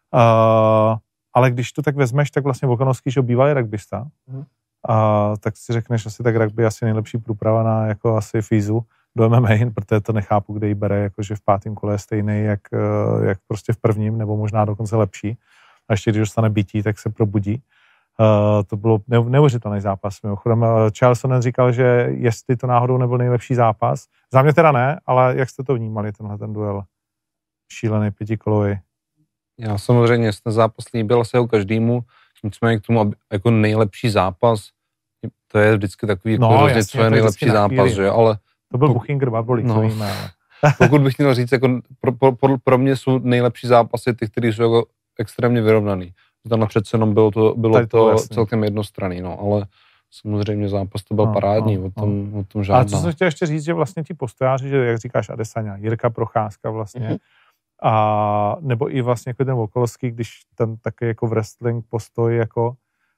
Ale když to tak vezmeš, tak vlastně Volkanovský, že bývalý rugbysta, tak si řekneš asi tak rugby asi nejlepší průprava na jako asi fízu do MMA, protože to nechápu, kde ji bere, jakože v 5. kole je stejný, jak prostě v 1., nebo možná dokonce lepší. A ještě když dostane bytí, tak se probudí. To bylo neuvěřitelný zápas. Mimochodem, Charles Sonnen říkal, že jestli to náhodou nebyl nejlepší zápas. Za mě teda ne, ale jak jste to vnímali, ten duel? Šílený 5kolový. Já samozřejmě ten zápas líbil se ho každému, nicméně k tomu jako nejlepší zápas, to je vždycky takový jako hrozně, co je nejlepší zápas, že? Ale to byl Buchinger Barbolík, co víme, ale... Pokud bych měl říct, jako pro mě jsou nejlepší zápasy ty, které jsou jako extrémně vyrovnaný. Tam přece jenom bylo to celkem jednostranný, no, ale samozřejmě zápas to byl parádní, o tom žádná. Ale co jsem chtěl ještě říct, že vlastně ti postojáři, že jak říkáš Adesanya, Jirka Procházka vlastně, a nebo i vlastně jako ten Volkanovský, když ten taky jako wrestling postoj jako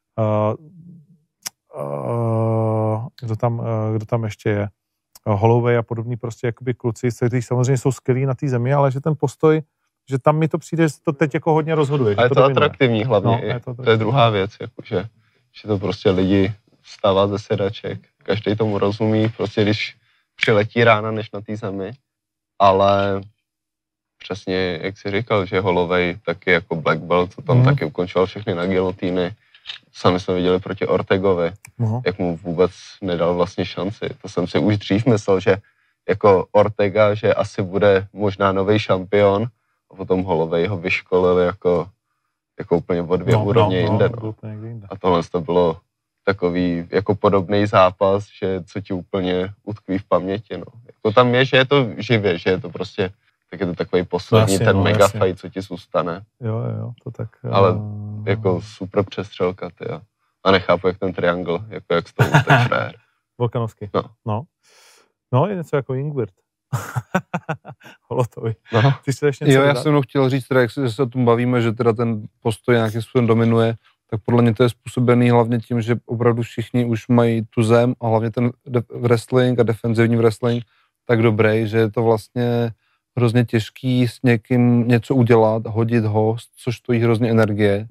kdo tam ještě je, Holloway a podobný prostě jakoby kluci, kteří samozřejmě jsou skvělí na té zemi, ale že ten postoj, že tam mi to přijde, že to teď jako hodně rozhoduje. A je to atraktivní hlavně, to je druhá věc, jakože, že to prostě lidi vstává ze sedaček, každý tomu rozumí, prostě když přiletí rána než na té zemi, ale přesně, jak jsi říkal, že Holloway taky jako black belt, co tam taky ukončoval všechny na gilotýny. Sami jsme viděli proti Ortegovi, jak mu vůbec nedal vlastně šanci. To jsem si už dřív myslel, že jako Ortega, že asi bude možná nový šampion a potom Holloway ho vyškolil jako úplně o 2 úrovně jinde. No. A tohle to bylo takový jako podobný zápas, že co ti úplně utkví v paměti. No. Jako tam je, že je to živě, že je to prostě tak je to takový poslední mega fight, co ti zůstane. Jo, to tak. Ale jako super přestřelka, ty. A nechápu, jak ten triangl, jako jak s tou ten frér. Volkanovský. No, je něco jako Ingvirt. Holotovi. Jo, já jsem chtěl říct, teda, jak se o tom bavíme, že teda ten postoj nějakým způsobem dominuje, tak podle mě to je způsobený hlavně tím, že opravdu všichni už mají tu zem a hlavně ten wrestling a defenzivní wrestling tak dobrý, že je to vlastně hrozně těžký s někým něco udělat, hodit ho, což stojí hrozně energie.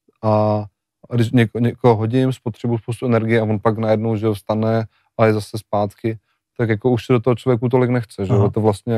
A když někoho hodím, spotřebuji spoustu energie a on pak najednou, že vstane a je zase zpátky, tak jako už se do toho člověku tolik nechce, že je to vlastně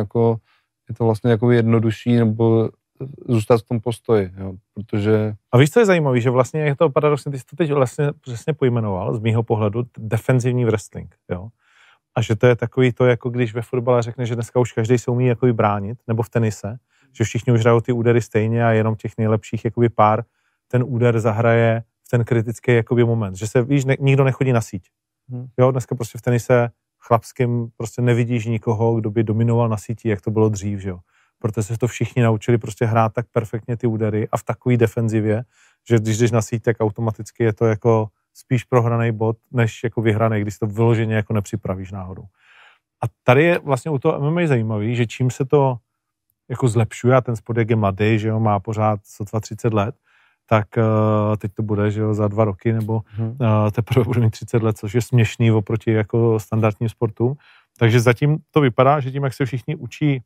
jako jednodušší nebo zůstat v tom postoji, jo, protože... A víš, co je zajímavé, že vlastně je to paradoxně, ty jsi to teď vlastně přesně pojmenoval, z mýho pohledu, defenzivní wrestling, jo. A že to je takový to, jako když ve fotbale řekne, že dneska už každý se umí jakoby bránit, nebo v tenise, že všichni už hrajou ty údery stejně a jenom těch nejlepších jakoby pár ten úder zahraje v ten kritický jakoby moment, že se, víš, nikdo nechodí na síť. Jo, dneska prostě v tenise chlapským prostě nevidíš nikoho, kdo by dominoval na síti, jak to bylo dřív, že jo. Protože se to všichni naučili prostě hrát tak perfektně ty údery a v takové defenzivě, že když jdeš na síť, tak automaticky je to jako spíš prohraný bod, než jako vyhraný, když to vyloženě jako nepřipravíš náhodou. A tady je vlastně u toho MMA zajímavý, že čím se to jako zlepšuje a ten sport, jak je mladý, že jo, má pořád sotva 30 let, tak teď to bude, že jo, za 2 roky, nebo teprve bude mít 30 let, což je směšný oproti jako standardním sportům. Takže zatím to vypadá, že tím, jak se všichni učí,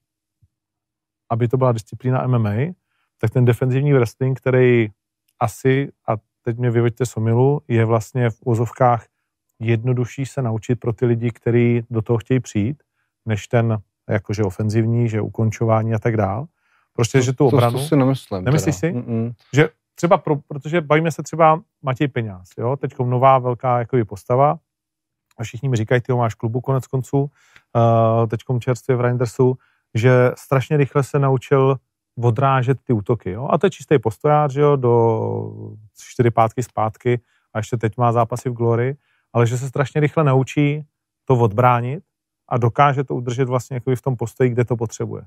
aby to byla disciplína MMA, tak ten defenzivní wrestling, který asi, a teď mě vyveďte z omylu, je vlastně v uvozovkách jednodušší se naučit pro ty lidi, kteří do toho chtějí přijít, než ten jakože ofenzivní, že ukončování a tak dál. Prostě, že tu obranu... To si nemyslím. Nemyslíš si? Že třeba, protože bavíme se třeba Matěj Peňáz, jo, teďko nová velká jakoby postava a všichni mi říkají, ty ho máš v klubu konec konců, teďkom čerstvě v Reindersu, že strašně rychle se naučil odrážet ty útoky, jo, a to je čistý postojář, jo, do 4 pátky zpátky a ještě teď má zápasy v Glory, ale že se strašně rychle naučí to odbránit a dokáže to udržet vlastně jakoby v tom postoji, kde to potřebuje.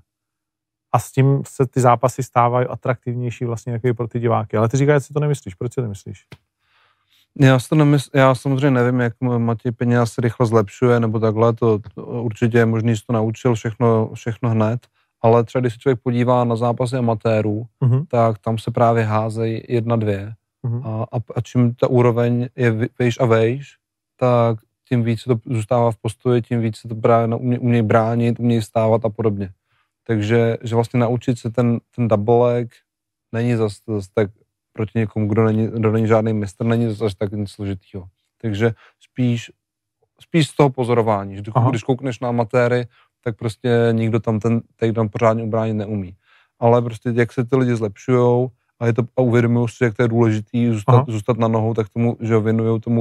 A s tím se ty zápasy stávají atraktivnější vlastně jakoby pro ty diváky. Ale ty říkáš, že si to nemyslíš. Proč si to nemyslíš? Já samozřejmě nevím, jak Matěj Peňáz se rychle zlepšuje, nebo takhle, to určitě je možný, že to naučil všechno hned, ale třeba když se člověk podívá na zápasy amatérů, tak tam se právě házejí 1-2 a čím ta úroveň je vejš a vejš, tak tím víc se to zůstává v postoji, tím víc se to právě umějí bránit, umějí stávat a podobně. Takže že vlastně naučit se ten double leg není zase tak proti někomu, kdo není žádný mistr, není zase tak nic složitýho. Takže spíš z toho pozorování. Když koukneš na amatéry, tak prostě nikdo tam ten takedown pořádně ubránit neumí. Ale prostě jak se ty lidi zlepšujou a uvědomují si, jak to je důležitý zůstat na nohou, tak tomu, že věnujou tomu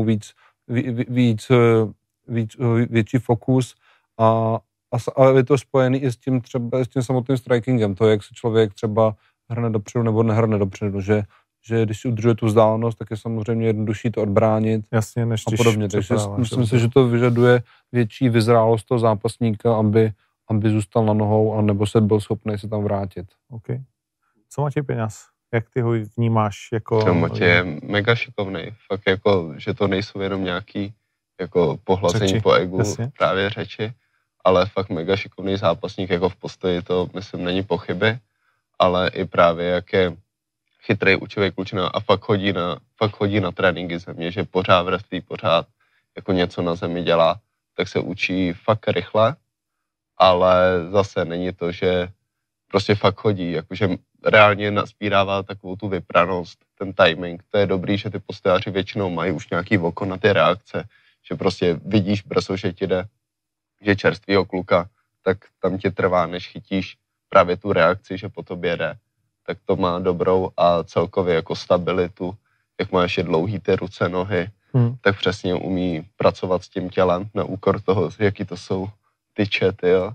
větší fokus a je to spojený i s tím samotným strikingem, to, jak se člověk třeba hrne dopředu nebo nehrne dopředu, že když si udržuje tu vzdálenost, tak je samozřejmě jednodušší to odbránit. Jasně, než a podobně. Takže myslím si, že to vyžaduje větší vyzrálost toho zápasníka, aby zůstal na nohou a nebo se byl schopný se tam vrátit. OK. Co Matěj Peňáz? Jak ty ho vnímáš? Jako... Matěj je mega šikovnej. Fakt jako, že to nejsou jenom nějaký jako pohlazení po egu, právě řeči, ale fakt mega šikovný zápasník, jako v postoji to, myslím, není pochyby, ale i právě jak je chytrý učivý klučina a fakt chodí na tréninky země, že pořád wrestlí, pořád jako něco na zemi dělá, tak se učí fakt rychle, ale zase není to, že prostě fakt chodí, jakože reálně nazbírává takovou tu vypranost, ten timing, to je dobrý, že ty postojáři většinou mají už nějaký oko na ty reakce, že prostě vidíš brzo, že ti jde, že čerstvýho kluka, tak tam ti trvá, než chytíš právě tu reakci, že po tobě jde, tak to má dobrou a celkově jako stabilitu, jak má ještě dlouhý ty ruce, nohy, tak přesně umí pracovat s tím tělem na úkor toho, jaký to jsou tyče, jo.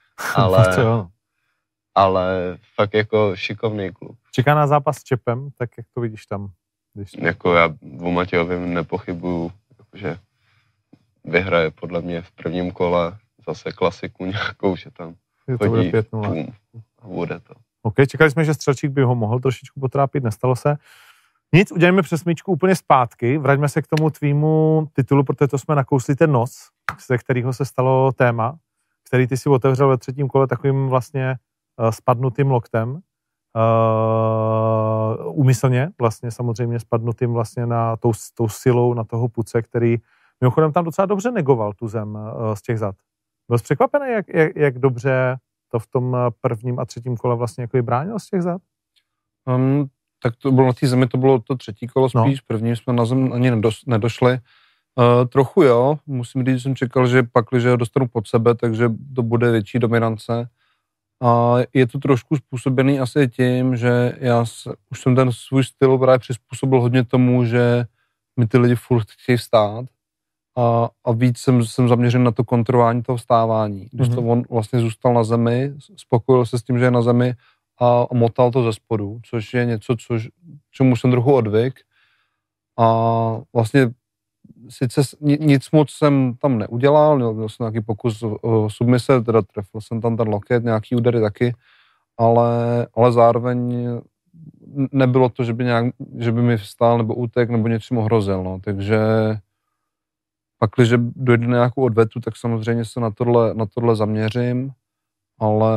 Ale fakt jako šikovný klub. Čeká na zápas s Čepem, tak jak to vidíš tam? Jako já o Matějovým nepochybuju, že vyhraje podle mě v prvním kole zase klasiku nějakou, že tam chodí a bude to. OK, čekali jsme, že Střelčík by ho mohl trošičku potrápit, nestalo se. Nic, udělejme přesmyčku úplně zpátky, vraťme se k tomu tvýmu titulu, protože to jsme nakousli ten nos, ze kterého se stalo téma, který ty si otevřel ve třetím kole takovým vlastně spadnutým loktem. úmyslně vlastně samozřejmě spadnutým vlastně na tou silou na toho Puce, který mimochodem tam docela dobře negoval tu zem z těch zad. Byl jsi překvapený, jak dobře to v tom prvním a třetím kole vlastně jako bránil z těch zad? Tak to bylo na té zemi, to bylo to třetí kolo spíš, první jsme na zem ani nedošli. Trochu jo, musím říct, že jsem čekal, že pak, když ho dostanu pod sebe, takže to bude větší dominance. A je to trošku způsobený asi tím, že už jsem ten svůj styl právě přizpůsobil hodně tomu, že mi ty lidi furt chtějí vstát a víc jsem zaměřen na to kontrolování toho vstávání. Když to on vlastně zůstal na zemi, spokojil se s tím, že je na zemi a motal to ze spodu, což je něco, čemu jsem trochu odvyk. A vlastně sice nic moc jsem tam neudělal, měl jsem nějaký pokus submise, teda trefil jsem tam ten loket, nějaký údery taky, ale zároveň nebylo to, že by mi vstál nebo útek nebo něčím ohrozil, no. Takže pak, když dojde na nějakou odvetu, tak samozřejmě se na tohle zaměřím, ale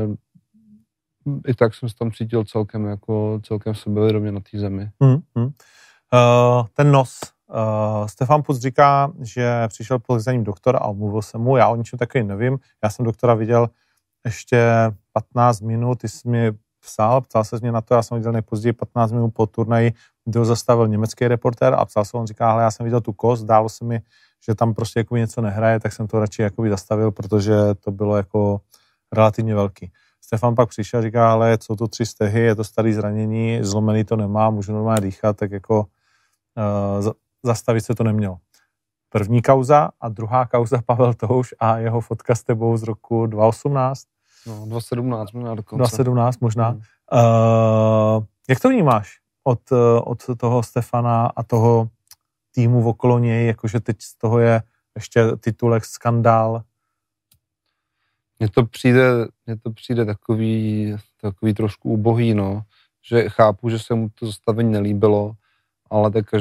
i tak jsem se tam cítil celkem sebevědomě na té zemi. Ten nos. Stefan Puc říká, že přišel za ním doktor a omluvil se mu. Já o ničem takovým nevím. Já jsem doktora viděl ještě 15 minut, ty jsi mi psal se mě na to, já jsem viděl nejpozději 15 minut po turnaji, kdy ho zastavil německý reportér a psal se, on říká, hele, já jsem viděl tu kost, dálo se mi, že tam prostě jako něco nehraje, tak jsem to radši jako zastavil, protože to bylo jako relativně velký. Stefan pak přišel a říká, ale jsou to 3 stehy, je to starý zranění, zlomený to nemá, můžu normálně dýchat, tak jako zastavit se to nemělo. První kauza a druhá kauza Pavel Touš a jeho fotka s tebou z roku 2018. No, 2017 možná dokonce. 2017 možná. Jak to vnímáš od toho Stefana a toho týmu okolo něj, jakože teď z toho je ještě titulek, skandál? Mně to přijde takový trošku ubohý, no. Že chápu, že se mu to zastavení nelíbilo, ale tak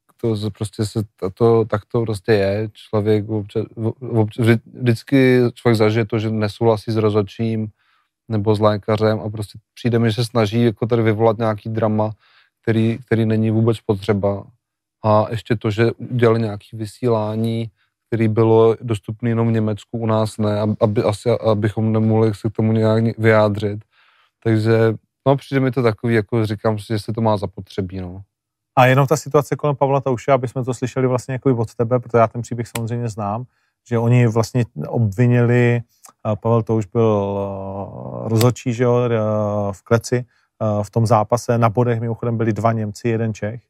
tak to prostě je. Člověk vždycky člověk zažije to, že nesouhlasí s rozhodčím nebo s lékařem a prostě přijde mi, že se snaží jako tady vyvolat nějaký drama, který není vůbec potřeba. A ještě to, že udělali nějaké vysílání, který bylo dostupné jenom v Německu, u nás ne, abychom nemohli se k tomu nějak vyjádřit. Takže no, přijde mi to takový, jako říkám si, že se to má zapotřebí, no. A jenom ta situace kolem Pavla Touše, aby jsme to slyšeli vlastně jako od tebe, protože já ten příběh samozřejmě znám, že oni vlastně obvinili, Pavel Touš byl rozhodčí, že jo, v Kleci, v tom zápase, na bodech mimochodem byli 2 Němci, 1 Čech,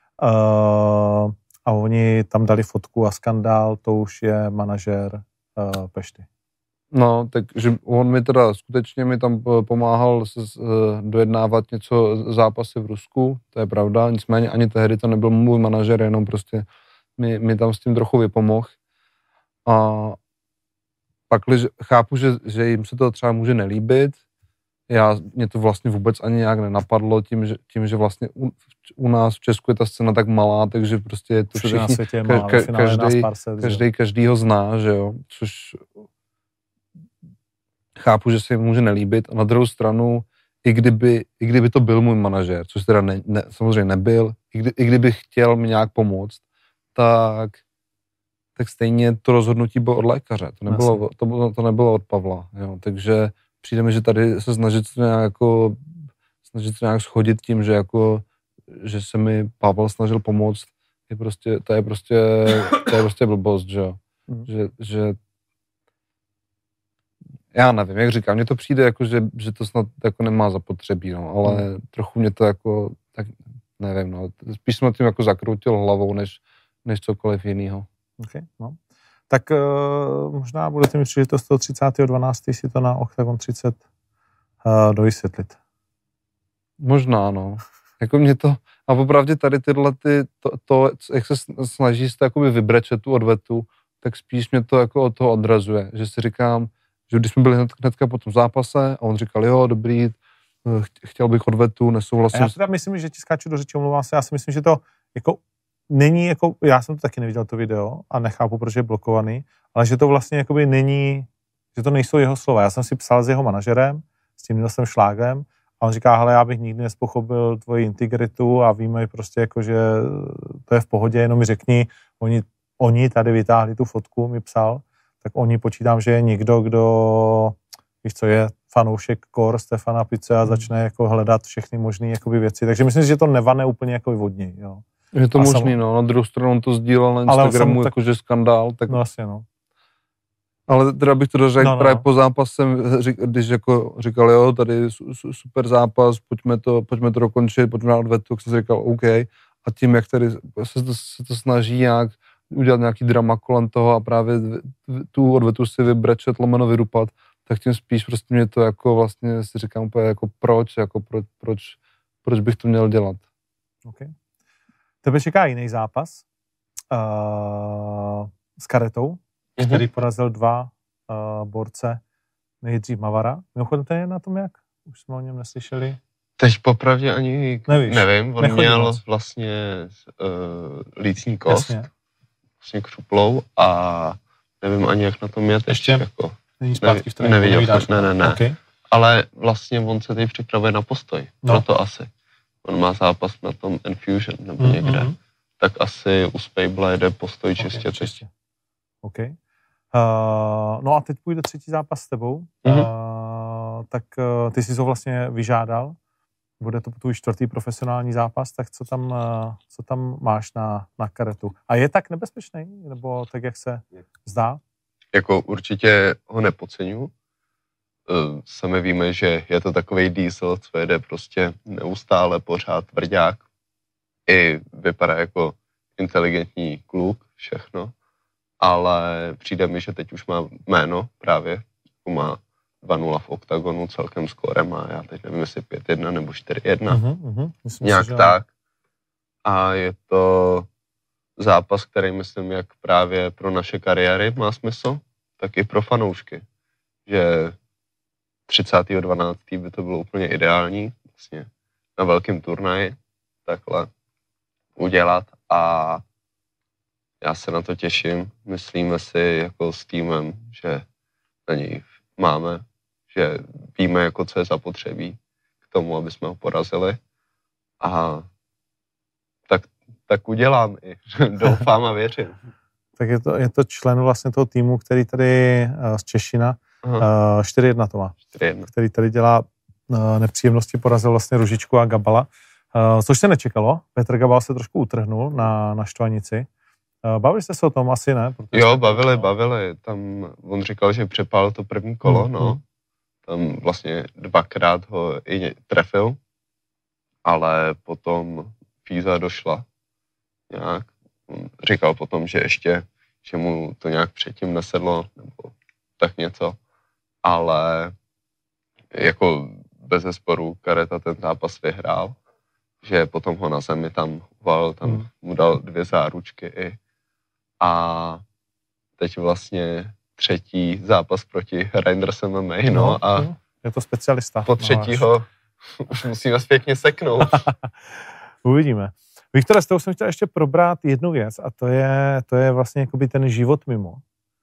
a oni tam dali fotku a skandál, Touš je manažér Pešty. No, takže on mi teda skutečně mi tam pomáhal dojednávat něco zápasy v Rusku, to je pravda, nicméně ani tehdy to nebyl můj manažer, jenom prostě mi tam s tím trochu vypomohl. A pak chápu, že jim se to třeba může nelíbit, mě to vlastně vůbec ani nějak nenapadlo, tím, že vlastně u nás v Česku je ta scéna tak malá, takže prostě je to každý ho zná, že jo, což chápu, že se jim může nelíbit a na druhou stranu, i kdyby to byl můj manažér, což teda samozřejmě nebyl, i kdyby chtěl mi nějak pomoct, tak stejně to rozhodnutí bylo od lékaře, to nebylo od Pavla, jo, takže přijde mi, že tady se snažit nějak schodit tím, že se mi Pavel snažil pomoct, to je prostě blbost, že jo, že já nevím, jak říkám, mně to přijde jako, že to snad jako nemá zapotřebí, no, ale trochu mě to jako, tak nevím, no, spíš jsem tím jako zakroutil hlavou, než cokoliv jinýho. Okay, no. Tak možná budete mít příležitost toho 30.12. si to na Octagon 30 dovysvětlit. Možná, no. Jako mě to, a popravdě tady jak se snaží se jakoby vybrečet tu odvetu, tak spíš mě to jako od toho odrazuje, že si říkám, že když jsme byli hnedka po tom zápase a on říkal, jo, dobrý, chtěl bych odvetu, nesouhlasím. Já teda myslím, že ti skáču do řeči, omlouvám se, já si myslím, že to jako není jako, já jsem to taky neviděl to video a nechápu, proč je blokovaný, ale že to vlastně jakoby není, že to nejsou jeho slova. Já jsem si psal s jeho manažerem, s tím Nilsem Šlágrem A on říká, hele, já bych nikdy nespochopil tvoji integritu a víme prostě jako, že to je v pohodě, jenom mi řekni, oni tady vytáhli tu fotku, mi psal, tak oni počítám, že je někdo, kdo, víš co, je fanoušek core Stefana Pice a začne jako hledat všechny možné jakoby věci. Takže myslím si, že to nevane úplně jako od něj, jo. Je to možný, no. Na druhou stranu on to sdílel na Instagramu, jakože skandál. Tak... No asi, no. Ale teda bych to dořekl právě po zápasem, když jako říkal, jo, tady super zápas, pojďme to dokončit, pojďme na odvetu, tak jsem si říkal, OK. A tím, jak tady se to snaží nějak udělat nějaký drama kolem toho a právě tu odvetu si vybrečet, lomeno vyrupat, tak tím spíš prostě mě to jako vlastně si říkám úplně jako proč bych to měl dělat. Okay. Tebe čeká jiný zápas s karetou, který porazil 2 borce, nejdřív Mavara. Mimochodem, ten je na tom jak? Už jsme o něm neslyšeli. Teď popravdě ani nevím. On měl vlastně lícní kost, vlastně křuplou a nevím ani, jak na tom je. Ještě? Jako, není zpátky v tréninku? Neviděl, ne. Okay. Ale vlastně on se teď připravuje na postoj, proto asi. On má zápas na tom Infusion nebo někde. Tak asi u Spable jde postoj čistě. OK. No a teď půjde 3. zápas s tebou. Tak ty jsi to vlastně vyžádal. Bude to tvůj 4. profesionální zápas, tak co tam máš na karetu? A je tak nebezpečný? Nebo tak, jak se zdá? Jako určitě ho nepodceňuji. Sami víme, že je to takovej diesel, co jede prostě neustále, pořád tvrdák. I vypadá jako inteligentní kluk, všechno. Ale přijde mi, že teď už má jméno právě. Má 2-0 v oktagonu celkem skórem a já teď nevím, jestli 5-1 nebo 4-1. Nějak tak. A je to zápas, který myslím, jak právě pro naše kariéry má smysl, tak i pro fanoušky. Že 30.12. by to bylo úplně ideální, vlastně na velkém turnaji takhle udělat a já se na to těším. Myslíme si jako s týmem, že na něj máme, že víme, jako co je zapotřebí k tomu, aby jsme ho porazili a tak udělám i. Doufám a věřím. Tak je to člen vlastně toho týmu, který tady z Češina, 4-1 to má, 4-1. Který tady dělá nepříjemnosti, porazil vlastně Ružičku a Gabala, což se nečekalo. Petr Gabal se trošku utrhnul na Štvanici. Bavili jste se o tom? Asi ne? Jo, bavili. Tam on říkal, že přepál to první kolo, no. Tam vlastně 2krát ho i trefil, ale potom Fíza došla nějak. On říkal potom, že ještě, že mu to nějak předtím nesedlo, nebo tak něco. Ale jako bezesporu Kareta ten zápas vyhrál, že potom ho na zemi tam uval, tam mu dal 2 záručky i. A teď vlastně 3. zápas proti Reinders MMA, a je to specialista. Po 3. už musíme pěkně seknout. Uvidíme. Viktore, s tou jsem chtěl ještě probrat jednu věc a to je vlastně jakoby ten život mimo.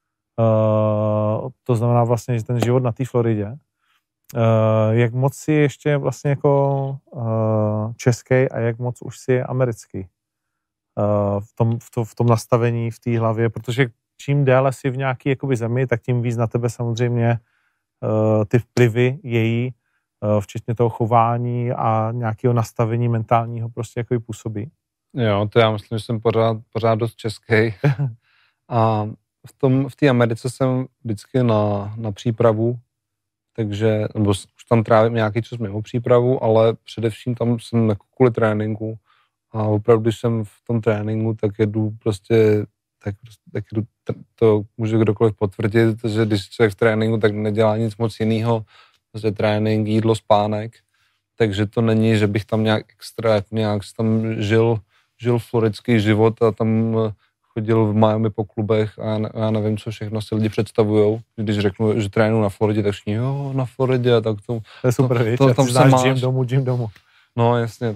To znamená vlastně, že ten život na té Floridě. Jak moc si ještě vlastně jako český a jak moc už si americký v tom nastavení, v té hlavě, protože čím déle si v nějaké jakoby zemi, tak tím víc na tebe samozřejmě ty vplyvy její, včetně toho chování a nějakého nastavení mentálního prostě jakoby působí. Jo, to já myslím, že jsem pořád dost český. A v té Americe jsem vždycky na přípravu, takže, nebo už tam trávím nějaký čas mimo přípravu, ale především tam jsem jako kvůli tréninku a opravdu, když jsem v tom tréninku, tak jedu prostě, tak jedu, to může kdokoliv potvrdit, že když člověk v tréninku, tak nedělá nic moc jiného, prostě trénink, jídlo, spánek, takže to není, že bych tam nějak extra, nějak tam žil floridský život a tam chodil v Miami po klubech a já nevím, co všechno si lidi představujou. Když řeknu, že trénuju na Floridě, tak všichni, jo, na Floridě, tak to je super, víš, tam se máš gym domů. No jasně,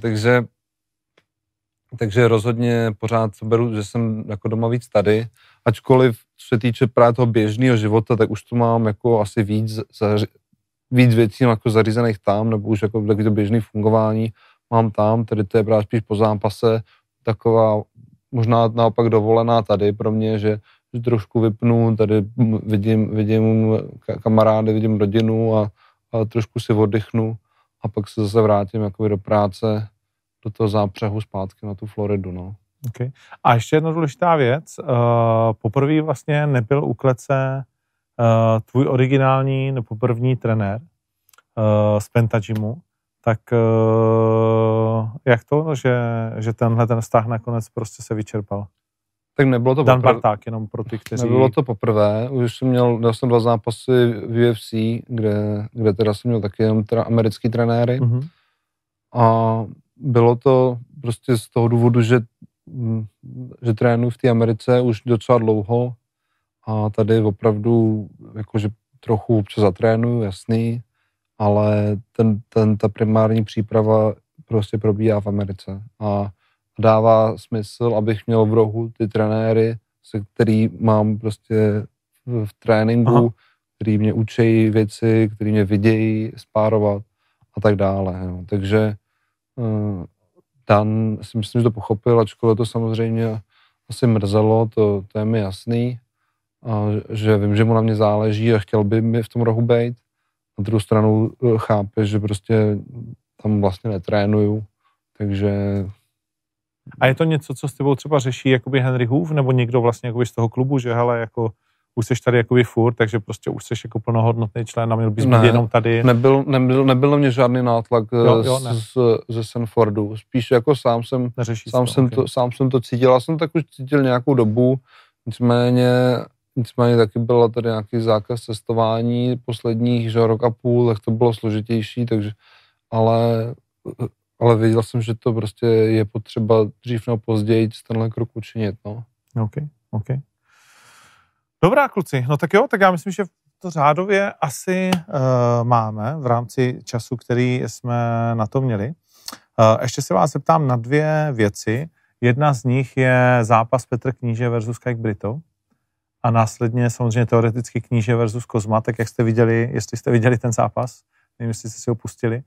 takže rozhodně pořád beru, že jsem jako doma víc tady, ačkoliv se týče právě toho běžného života, tak už tu mám jako asi víc víc věcí jako zařízených tam, nebo už jako takový to běžný fungování mám tam, tedy to je právě spíš po zápase taková možná naopak dovolená tady pro mě, že trošku vypnu, tady vidím kamarády, vidím rodinu a trošku si oddychnu a pak se zase vrátím jakoby do práce, do toho zápřehu zpátky na tu Floridu, no. Okay. A ještě jedna důležitá věc. Poprvé vlastně nebyl u Klece tvůj originální nebo první trenér z Pentagymu, tak jak to, že tenhle ten vztah nakonec prostě se vyčerpal? Tak nebylo to Dan Barták, jenom pro ty, kteří... Nebylo to poprvé, už jsem měl 2 zápasy v UFC, kde teda jsem měl taky jenom americký trenéry. Mm-hmm. A bylo to prostě z toho důvodu, že trénuji v té Americe už docela dlouho a tady opravdu jakože trochu občas zatrénuju, jasný, ale ta primární příprava prostě probíhá v Americe a dává smysl, abych měl v rohu ty trenéry, se který mám prostě v tréninku, aha, který mě učí věci, který mě vidějí spárovat a tak dále. Jo. Takže Dan si myslím, že to pochopil, ačkoliv to samozřejmě asi mrzelo, to je mi jasný, a že vím, že mu na mě záleží a chtěl by mi v tom rohu být. Na druhou stranu chápe, že prostě tam vlastně netrénuju, takže... A je to něco, co s tebou třeba řeší jakoby Henry Hoof, nebo někdo vlastně jakoby z toho klubu, že hele, jako už seš tady jakoby furt, takže prostě už seš jako plnohodnotný člen a měl bys být jenom tady. Nebyl na mě žádný nátlak ze Sanfordu. Spíš jako sám jsem to cítil. Já jsem tak už cítil nějakou dobu, nicméně taky byl tady nějaký zákaz cestování posledních rok a půl, tak to bylo složitější, takže, ale věděl jsem, že to prostě je potřeba dřív nebo později tenhle krok učinit, no. OK. Dobrá, kluci, no tak jo, tak já myslím, že to řádově asi máme v rámci času, který jsme na to měli. Ještě se vás zeptám na 2 věci. Jedna z nich je zápas Petr Kníže versus Kike Brito a následně samozřejmě teoreticky Kníže versus Kozma, tak jak jste viděli, jestli jste viděli ten zápas, nevím, jestli jste si ho pustili,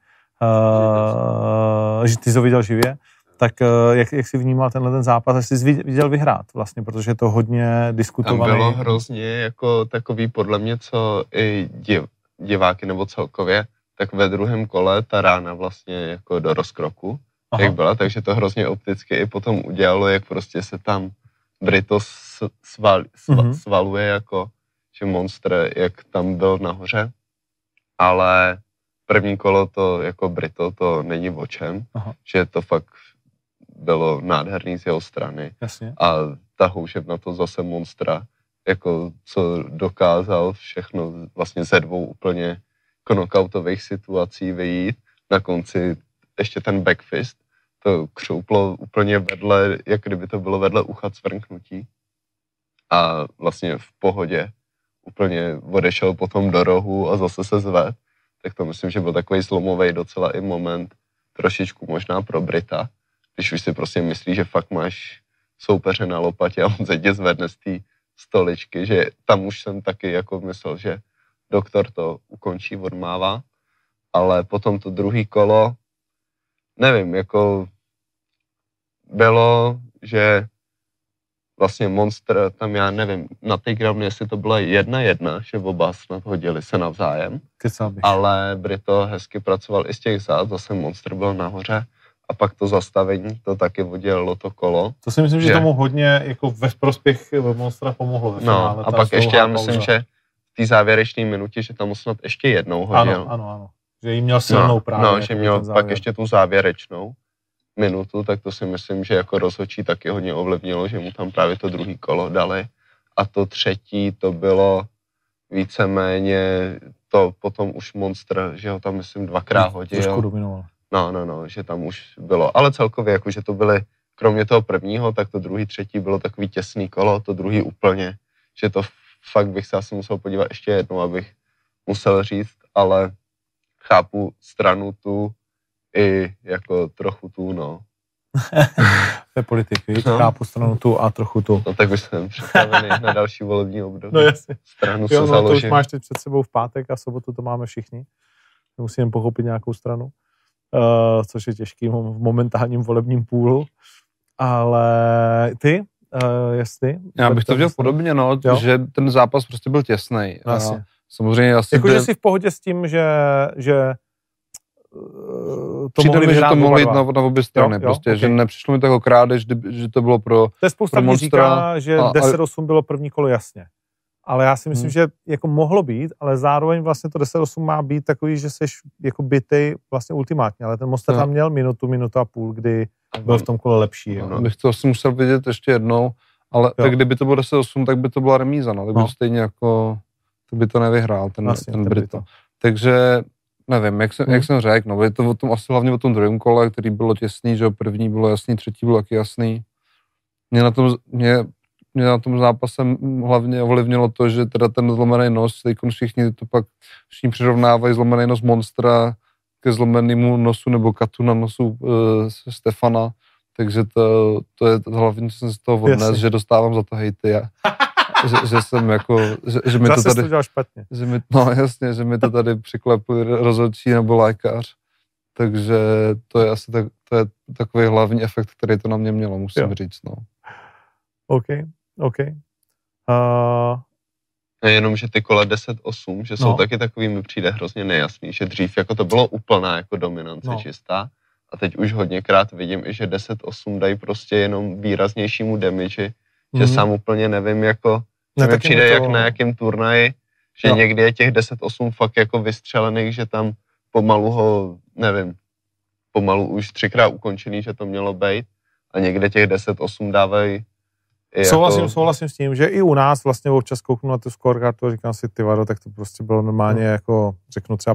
že ty jsi ho viděl živě, tak jak jsi vnímal ten zápas, jestli jsi viděl vyhrát vlastně, protože je to hodně diskutované. Tam bylo hrozně jako takový podle mě, co i diváky nebo celkově, tak ve druhém kole ta rána vlastně jako do rozkroku, jak byla, takže to hrozně opticky i potom udělalo, jak prostě se tam Brito svaluje jako, že monster, jak tam byl nahoře, ale první kolo to jako Brito to není o čem, že to fakt bylo nádherný z jeho strany. Jasně. A ta houževna to zase monstra, jako co dokázal všechno vlastně ze 2 úplně knockoutových situací vyjít. Na konci ještě ten backfist, to křouplo úplně vedle, jak kdyby to bylo vedle ucha cvrknutí. A vlastně v pohodě úplně odešel potom do rohu a zase se zved. Tak to myslím, že byl takový zlomový docela i moment, trošičku možná pro Brita, když už si prostě myslí, že fakt máš soupeře na lopatě a on se tě zvedne z té stoličky, že tam už jsem taky jako myslel, že doktor to ukončí, odmává, ale potom to druhý kolo, nevím, jako bylo, že vlastně monster tam, já nevím, na té groundu, jestli to bylo 1-1, že oba snad hodili se navzájem, ale Brito hezky pracoval i z těch zád, zase monster byl nahoře. A pak to zastavení, to taky oddělilo to kolo. To si myslím, že tomu hodně jako ve prospěch monstra pomohlo. Ve finále, no, a pak ještě já myslím, že v té závěrečné minutě, že tam snad ještě jednou hodil. Ano. Že jí měl silnou právě. No, že měl pak ještě tu závěrečnou minutu, tak to si myslím, že jako rozhodčí taky hodně ovlivnilo, že mu tam právě to druhý kolo dali. A to třetí, to bylo víceméně to potom už monster, že ho tam myslím 2krát hodil. Trošku dominoval. No, že tam už bylo, ale celkově, jako, že to byly, kromě toho prvního, tak to druhý, třetí bylo takový těsný kolo, to druhý úplně, že to fakt bych se asi musel podívat ještě jednou, abych musel říct, ale chápu stranu tu i jako trochu tu, no. To je politik, víš? No. Chápu stranu tu a trochu tu. No tak už jsem připravený na další volební období. No jasně. Stranu se založím. To už máš teď před sebou v pátek a v sobotu to máme všichni. musíme pochopit nějakou stranu, což je těžký v momentálním volebním půlu. Ale ty, jestli... Já bych to viděl podobně, no, že ten zápas prostě byl těsnej. Vlastně. Samozřejmě asi... Jakože jsi v pohodě s tím, že to přijde mohli mi, že to mohli jít na obě strany, jo, prostě, okay. že nepřišlo mi tak o krádež, že to bylo pro to je spousta lidí říká, že 10-8 bylo první kolo jasně. Ale já si myslím, že jako mohlo být, ale zároveň vlastně to 10-8 má být takový, že jsi jako bitej vlastně ultimátně, ale ten Monster tam měl minutu a půl, kdy byl v tom kole lepší. No. Bych to asi musel vidět ještě jednou, ale tak kdyby to bylo 10-8, tak by to byla remíza, no, tak by to stejně jako, to by to nevyhrál ten Brito. Takže nevím, jak jsem řekl, no, je to o tom, asi hlavně o tom druhém kole, který bylo těsný, že první bylo jasný, třetí bylo taky jasný. Mě na tom zápase hlavně ovlivnilo to, že teda ten zlomený nos, všichni přirovnávají zlomený nos Monstra ke zlomenému nosu nebo katu na nosu Stefana, takže to je hlavně, co jsem z toho odnes, že dostávám za to hejty. Že jsem jako, že mi zase to tady... to dělal špatně. Že mi to tady přiklepuje rozhodčí nebo lékař. Takže to je asi to je takový hlavní efekt, který to na mě mělo, musím říct, no. OK. Jenom, že ty kola 10-8, že jsou taky takový, mi přijde hrozně nejasný, že dřív jako to bylo úplná jako dominance čistá a teď už hodněkrát vidím i, že 10-8 dají prostě jenom výraznějšímu damage, že sám úplně nevím, jako, že mi přijde jak na jakém turnaji, že někdy je těch 10-8 fakt jako vystřelených, že tam pomalu už 3krát ukončený, že to mělo být a někde těch 10-8 dávají. Souhlasím s tím, že i u nás vlastně občas kouknu na tu scorekartu a říkám si, ty vado, tak to prostě bylo normálně jako, řeknu třeba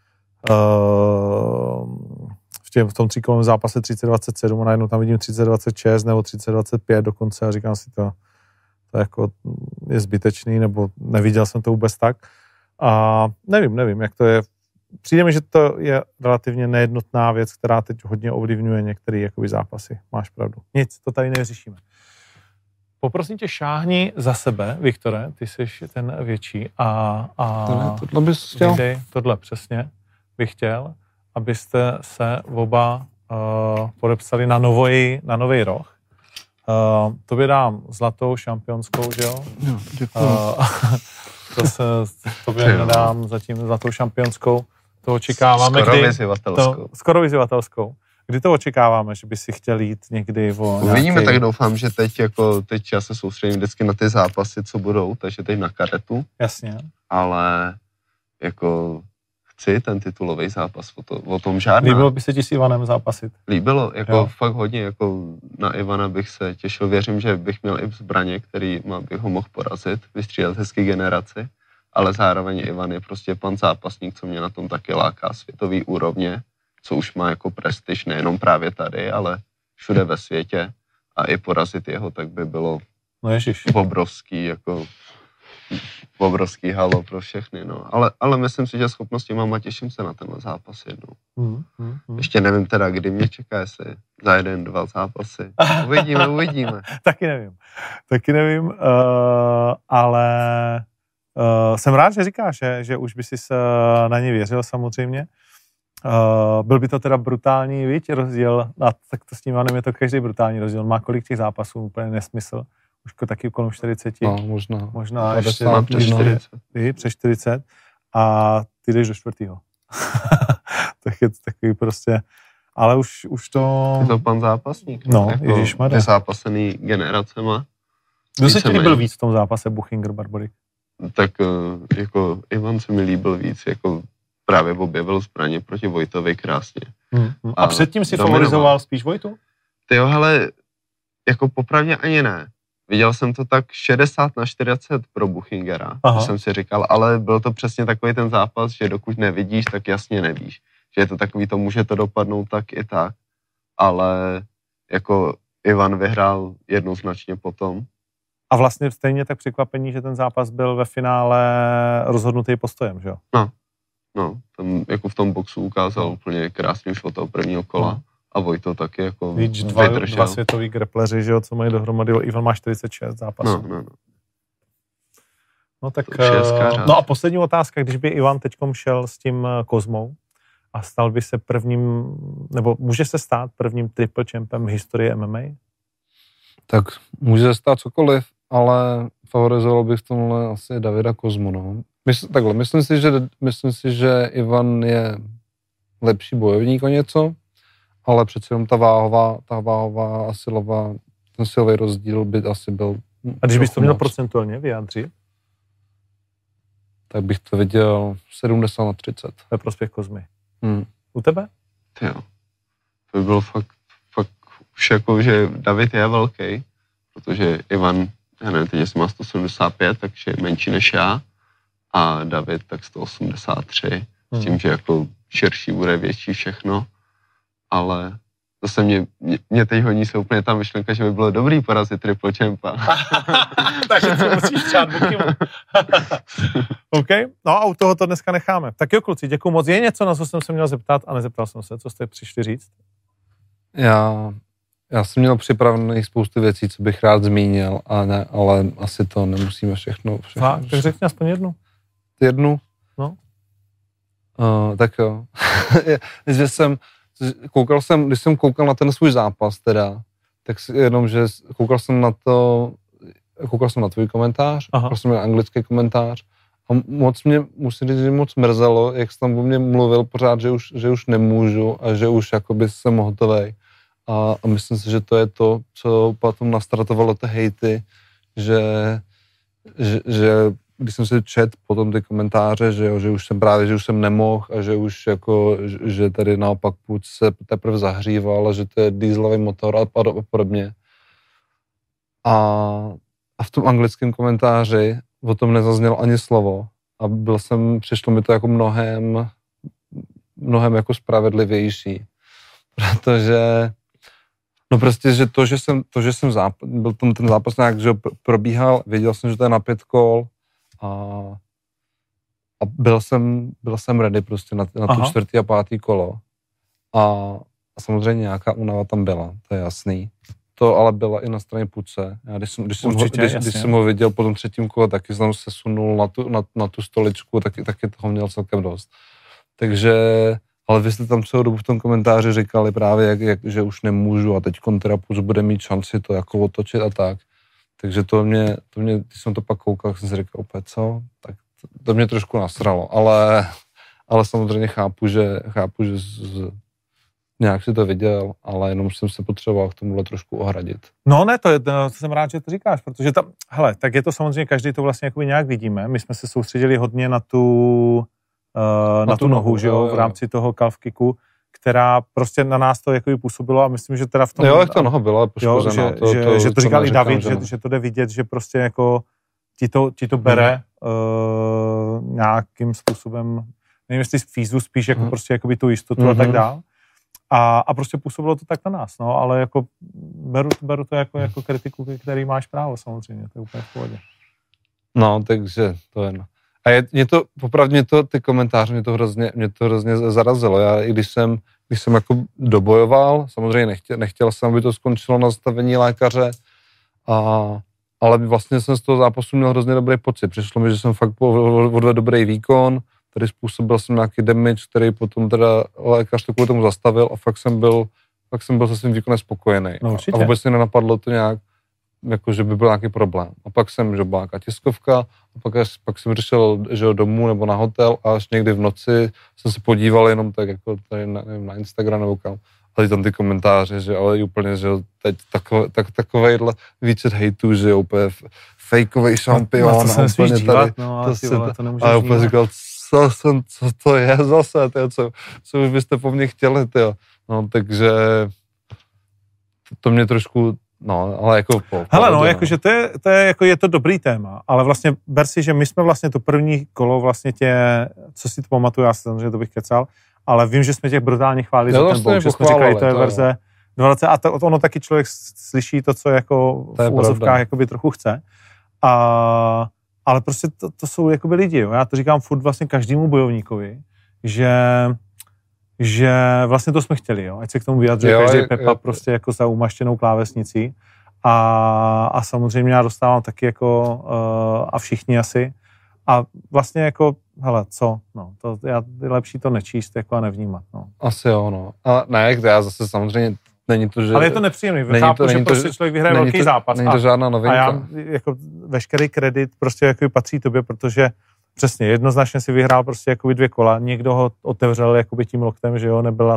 v tom tříkolovém zápase 30-27 a najednou tam vidím 30-26 nebo 30-25 dokonce a říkám si to jako je zbytečný, nebo neviděl jsem to vůbec tak. A nevím, jak to je. Přijde mi, že to je relativně nejednotná věc, která teď hodně ovlivňuje některé jakoby zápasy. Máš pravdu. Nic, to tady neřešíme. Poprosím tě, šáhni za sebe, Viktore, ty jsi ten větší tohle bys chtěl? Tohle přesně bych chtěl, abyste se oba podepsali na nový roh. Tobě dám zlatou šampionskou, že jo? Jo, děkuji. Tobě nedám zatím zlatou šampionskou. To očekáváme. Skoro vyzývatelskou. Kdy to očekáváme, že by si chtěl jít někdy Uvidíme, tak doufám, že teď já se soustředím vždycky na ty zápasy, co budou, takže teď na karetu. Jasně. Ale jako chci ten titulový zápas, o tom žádná. Líbilo by se ti s Ivanem zápasit? Líbilo, fakt hodně, jako na Ivana bych se těšil, věřím, že bych měl i zbraně, který bych ho mohl porazit, vystřídat hezký generaci, ale zároveň Ivan je prostě pan zápasník, co mě na tom taky láká, světový úrovně, co už má jako prestiž nejenom právě tady, ale všude ve světě a i porazit jeho, tak by bylo obrovský halo pro všechny, no. Ale myslím si, že schopnosti mám a těším se na tenhle zápas jednou. Ještě nevím teda, kdy mě čeká, jestli za 1-2 zápasy. Uvidíme. Taky nevím, ale jsem rád, že říkáš, že už by si na ně věřil samozřejmě. Byl by to teda brutální rozdíl, a tak to s tím je to každý brutální rozdíl. Má kolik těch zápasů, úplně nesmysl. Už taky kolem 40. No, možná ještě přes 40. A ty jdeš do 4. Tak je to takový prostě, ale už to... Je to pan zápasník. No, jako ježišmarja. Nezápasený generacema. Kdo se ti líbil víc v tom zápase Buchinger Barborik? Tak jako Ivan se mi líbil víc, jako právě objevil zbraně proti Vojtovi krásně. A předtím si favorizoval spíš Vojtu? Tyjo, hele, jako popravdě ani ne. Viděl jsem to tak 60-40 pro Buchingera, to jsem si říkal, ale byl to přesně takový ten zápas, že dokud nevidíš, tak jasně nevíš. Že je to takový, to může to dopadnout tak i tak, ale jako Ivan vyhrál jednoznačně potom. A vlastně stejně tak překvapení, že ten zápas byl ve finále rozhodnutý postojem, že jo? No, tam jako v tom boxu ukázal úplně krásně už od toho prvního kola. A Vojto taky jako dva světoví grapleři, že jo, co mají dohromady, Ivan má 46 zápasů. No tak, no a poslední otázka, když by Ivan teďkom šel s tím Kozmou, a stal by se prvním, nebo může se stát prvním triple champem v historii MMA? Tak může se stát cokoliv, ale favorizoval bych v tomhle asi Davida Kozmu, no. Myslím si, že Ivan je lepší bojovník o něco, ale přece jenom ta váhová a silová, ten silový rozdíl by asi byl. A když bys to měl procentuálně vyjádřit? Tak bych to viděl 70-30. Ve prospěch Kozmy. U tebe? Jo. To by bylo fakt už jako, že David je velký, protože Ivan, já nevím, teď má 175, takže je menší než já, a David tak 183, s tím, že jako širší bude větší všechno, ale zase mě teď honí se úplně ta myšlenka, že by bylo dobrý porazit triple champa. Takže to musíš přát Bukimu. OK, no a u toho to dneska necháme. Tak jo, kluci, děkuju moc. Je něco, na co jsem se měl zeptat a nezeptal jsem se, co jste přišli říct? Já jsem měl připravených spoustu věcí, co bych rád zmínil, ale asi to nemusíme všechno. Tak řekni aspoň jednu. Jednu? No. Tak jo. Když jsem koukal na ten svůj zápas teda, tak jenom, že koukal jsem na tvůj komentář, koukal jsem na anglický komentář a musím říct, že moc mrzelo, jak jsi tam o mě mluvil pořád, že už nemůžu a že už jakoby jsem hotovej. A myslím si, že to je to, co potom nastartovalo ty hejty, že když jsem si četl potom ty komentáře, že už jsem nemohl a že už jako, že tady naopak půd se teprve zahříval a že to je dieselový motor a podobně. A v tom anglickém komentáři o tom nezaznělo ani slovo a přišlo mi to jako mnohem jako spravedlivější, protože no prostě, že byl ten zápas nějak, že probíhal, věděl jsem, že to je na 5 kol a byl jsem ready prostě na to 4. a 5. kolo a samozřejmě nějaká únava tam byla, to je jasný. To ale byla i na straně Puce. Já když jsem ho viděl po tom 3. kole, taky jsem se sunul na tu stoličku, taky toho měl celkem dost. Takže ale vy jste tam celou dobu v tom komentáři říkali právě, že už nemůžu a teď teda Puc bude mít šanci to jako otočit a tak. Takže to mě, když jsem to pak koukal, jsem si říkal opět co, tak to mě trošku nasralo, ale samozřejmě chápu, že nějak si to viděl, ale jenom jsem se potřeboval k tomuhle trošku ohradit. No ne, to jsem rád, že to říkáš, protože tam, hele, tak je to samozřejmě, každý to vlastně jakoby nějak vidíme, my jsme se soustředili hodně na tu nohu, že jo, v rámci toho calf kicku, která prostě na nás to jakoby působilo a myslím, že teda v tom... Jo, jak ta noha byla poškozená. Že to říkal i David, že to jde vidět, že prostě jako ti to bere nějakým způsobem, nevím, jestli z fízu spíš jako prostě jakoby tu jistotu a tak dál. A prostě působilo to tak na nás, no, ale jako beru to jako kritiku, který máš právo samozřejmě, to je úplně v pohodě. No, takže to je... A popravdě ty komentáře mě to hrozně zarazilo. Já i když jsem jako dobojoval, samozřejmě nechtěl jsem, aby to skončilo na zastavení lékaře, ale vlastně jsem z toho zápasu měl hrozně dobrý pocit. Přišlo mi, že jsem fakt odvedl dobrý výkon, tady způsobil jsem nějaký damage, který potom teda lékař to kvůli tomu zastavil a fakt jsem byl se svým výkonem spokojený. No, a vůbec mě nenapadlo to nějak, jako, že by byl nějaký problém. A pak byla nějaká tiskovka, a pak jsem přišel domů nebo na hotel a až někdy v noci jsem se podíval jenom tak jako tady na Instagram nebo kam. A tam ty komentáře, že ale úplně, že teď takovejhle výčet hejtů, že úplně fejkovej šampion. No, to se nesmíš dívat, no, a úplně říkal, co to je zase, co už byste po mně chtěli, tyjo. No, takže to mě trošku, no, ale jako... Hele, no, jakože to je, jako je to dobrý téma, ale vlastně ber si, že my jsme vlastně to první kolo vlastně co si to pamatuju, já samozřejmě to bych kecal, ale vím, že jsme těch brutálně chválili za ten bok, že jsme říkali, to je verze 20 a ono taky člověk slyší to, co jako v úvozovkách jakoby trochu chce. Ale prostě to jsou jakoby lidi, jo. Já to říkám furt vlastně každému bojovníkovi, že vlastně to jsme chtěli, jo. Ať se k tomu vyjadřuje každý Pepa prostě jako za umaštěnou klávesnicí. A samozřejmě já dostávám taky jako a všichni asi. A vlastně jako, hele, co, no, to je lepší to nečíst jako a nevnímat, no. Asi jo, no. A ne, já zase samozřejmě není to, že... Ale je to nepříjemný, chápu, že prostě člověk vyhraje velký zápas. Není to žádná novinka. A já, jako veškerý kredit prostě jako patří tobě, protože přesně, jednoznačně si vyhrál prostě jakoby 2 kola, někdo ho otevřel jakoby tím loktem, že jo, nebylo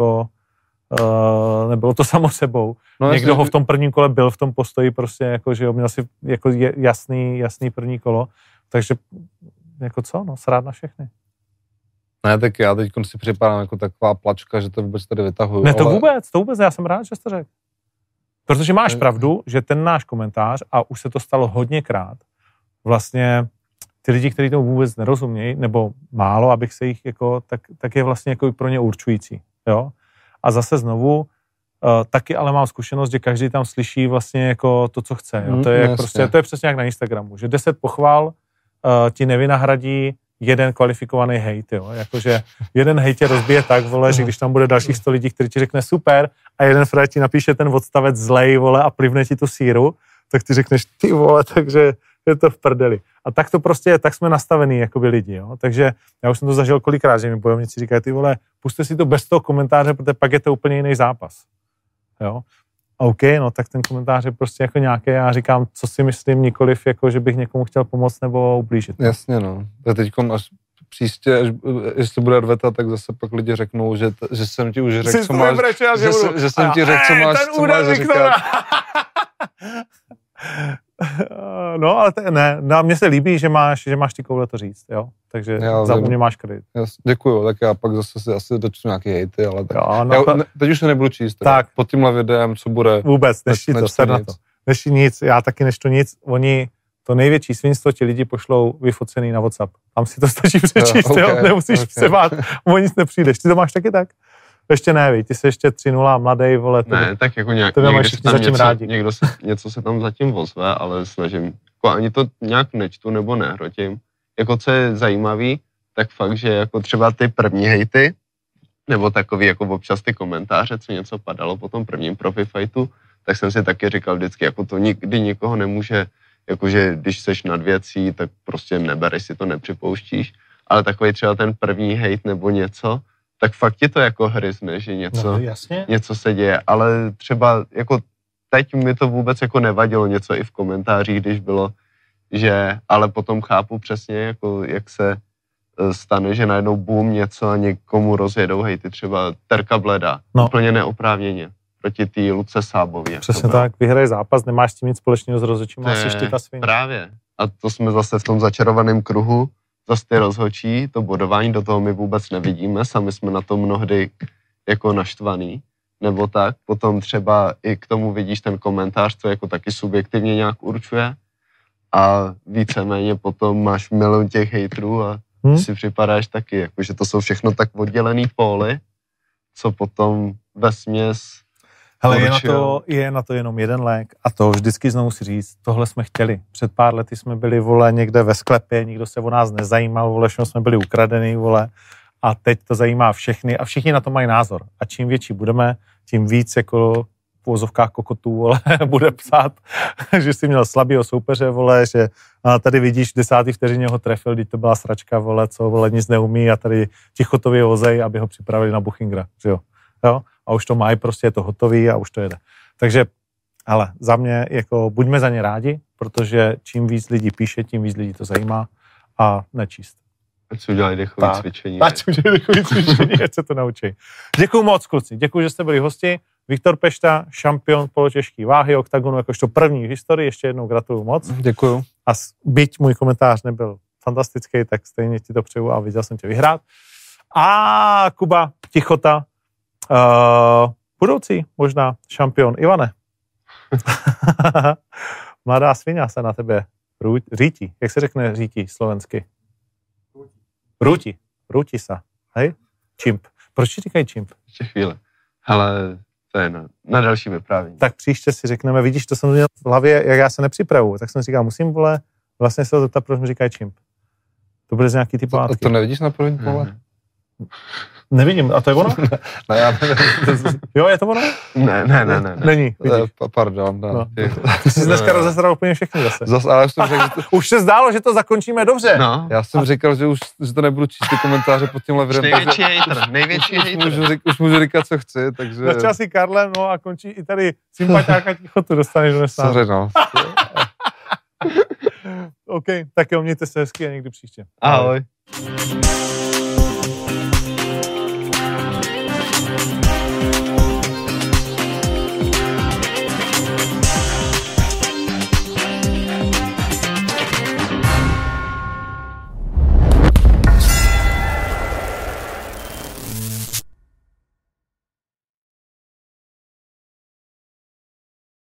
to samo sebou. No, někdo ho v tom prvním kole byl v tom postoji prostě jako, že jo, měl si jako jasný první kolo, takže jako co, no, srát na všechny. Ne, tak já teď si připadám jako taková plačka, že to vůbec tady vytahuju. Ne, to vůbec, já jsem rád, že jsi to řekl. Protože máš pravdu, že ten náš komentář, a už se to stalo hodněkrát, vlastně ty lidi, kteří tomu vůbec nerozumějí, nebo málo, abych se jich jako, tak je vlastně jako pro ně určující, jo. A zase znovu, taky ale mám zkušenost, že každý tam slyší vlastně jako to, co chce, jo. To je jak prostě, to je přesně jak na Instagramu, že 10 pochval ti nevynahradí 1 kvalifikovaný hejt, jo. Jakože jeden hejt tě rozbije tak, vole, že když tam bude dalších 100 lidí, kteří ti řekne super a jeden frajer ti napíše ten odstavec zlej, vole, a plivne ti tu síru, tak ty řekneš ty vole, takže je to v prdeli. A tak to prostě je, tak jsme nastavení jakoby lidi, jo. Takže já už jsem to zažil kolikrát, že mi bojovníci říkají, ty vole, puste si to bez toho komentáře, protože pak je to úplně jiný zápas. Jo. OK, no tak ten komentář je prostě jako nějaký, já říkám, co si myslím, nikoliv jako, že bych někomu chtěl pomoct nebo ublížit. Jasně, no. A teďkom až příště, jestli bude odveta, tak zase pak lidi řeknou, že jsem ti už řekl, co máš, že jsem ti řekl, co máš říkat. No, ale ne, mně se líbí, že máš ty koule to říct, jo, takže za mě máš kredit. Děkuju, tak já pak zase si asi dočtu nějaký hejty, ale tak. Jo, no teď už se nebudu číst, tak. Pod tímhle videem, co bude. Vůbec, nečti to, ser na to. Nečti nic, já taky nečtu nic, oni, to největší svinstvo ti lidi pošlou vyfocený na WhatsApp. Tam si to stačí přečíst, jo, nemusíš se bát, o nic nepřijdeš. Ty to máš taky tak? Ještě ne, víš, ty jsi ještě 3-0 mladej, vole. Ne, tak jako něco se tam zatím ozve, ale snažím, jako ani to nějak nečtu nebo nehrotím. Jako co je zajímavý, tak fakt, že jako třeba ty první hejty, nebo takový jako občas ty komentáře, co něco padalo po tom prvním profi fightu, tak jsem si taky říkal vždycky, jako to nikdy nikoho nemůže, jakože když seš nad věcí, tak prostě nebereš si to, nepřipouštíš, ale takový třeba ten první hejt nebo něco, tak fakt ti to jako hryzne, že něco se děje, ale třeba jako teď mi to vůbec jako nevadilo něco i v komentářích, když bylo, že, ale potom chápu přesně, jako jak se stane, že najednou boom něco a někomu rozjedou hejty, třeba Terka Bleda, úplně neoprávněně, proti té Luce Sábově. Přesně tak, vyhraje zápas, nemáš s tím nic společného s rozhodčím, máš ty ta svině. Právě, a to jsme zase v tom začarovaném kruhu, zase ty rozhodčí, to bodování, do toho my vůbec nevidíme, sami jsme na to mnohdy jako naštvaný, nebo tak. Potom třeba i k tomu vidíš ten komentář, co jako taky subjektivně nějak určuje a víceméně potom máš milion těch hejtrů a si připadáš taky, jako, že to jsou všechno tak oddělený póly, co potom vesměs. Hele, je na to jenom jeden lék a to vždycky znovu si říct, tohle jsme chtěli. Před pár lety jsme byli, vole, někde ve sklepě, nikdo se o nás nezajímal, vole, všechno jsme byli ukradený, vole, a teď to zajímá všechny a všichni na to mají názor. A čím větší budeme, tím víc jako v uvozovkách kokotů, vole, bude psát, že jsi měl slabýho soupeře, vole, že a tady vidíš v 10. vteřině ho trefil, když to byla sračka, vole, co, vole, nic neumí a tady tichotově hozej, aby ho připravili na Buchingra, že jo. A už to mají, prostě je to hotový a už to jede. Takže, ale za mě, jako, buďme za ně rádi, protože čím víc lidí píše, tím víc lidí to zajímá a nečíst. Ať si udělají dechové cvičení. Ať se to naučí. Děkuju moc, kluci. Děkuju, že jste byli hosti. Viktor Pešta, šampion polotěžké váhy OKTAGONu, jakožto první v historii. Ještě jednou gratuluju moc. Děkuju. A byť můj komentář nebyl fantastický, tak stejně ti to přeju a viděl jsem tě vyhrát. A Kuba Tichota, budoucí možná šampion. Ivane. Mladá svině se na tebe rítí. Jak se řekne rítí slovensky? Rúti sa. Hej? Čimp. Proč ti říkají čimp? Ještě chvíli. Hele, to je na další vyprávění. Tak příště si řekneme, vidíš, to jsem měl v hlavě, jak já se nepřipravuju, tak jsem říkal, musím, vole, vlastně se zeptat, proč mi říkají čimp. To bude z nějaký ty pohádky. To nevidíš na první pohled? Nevidím, a to je ono? Ne, já nevím. Jo, je to ono? Ne. Není, vidíš. Pardon, no. Ty jsi dneska rozesral úplně všechny zase. Ale jsem řekl, že už se zdálo, že to zakončíme dobře. No. Já jsem říkal, že to nebudu číst ty komentáře pod tímhle videem. Největší hater. Už můžu říkat, co chci, takže... Začal si Karlem, no a končí i tady sympatiáka tichotu, dostaneš do nestávu. Sorry, no. OK, tak jo, mějte se hezky a někdy příště. Ahoj.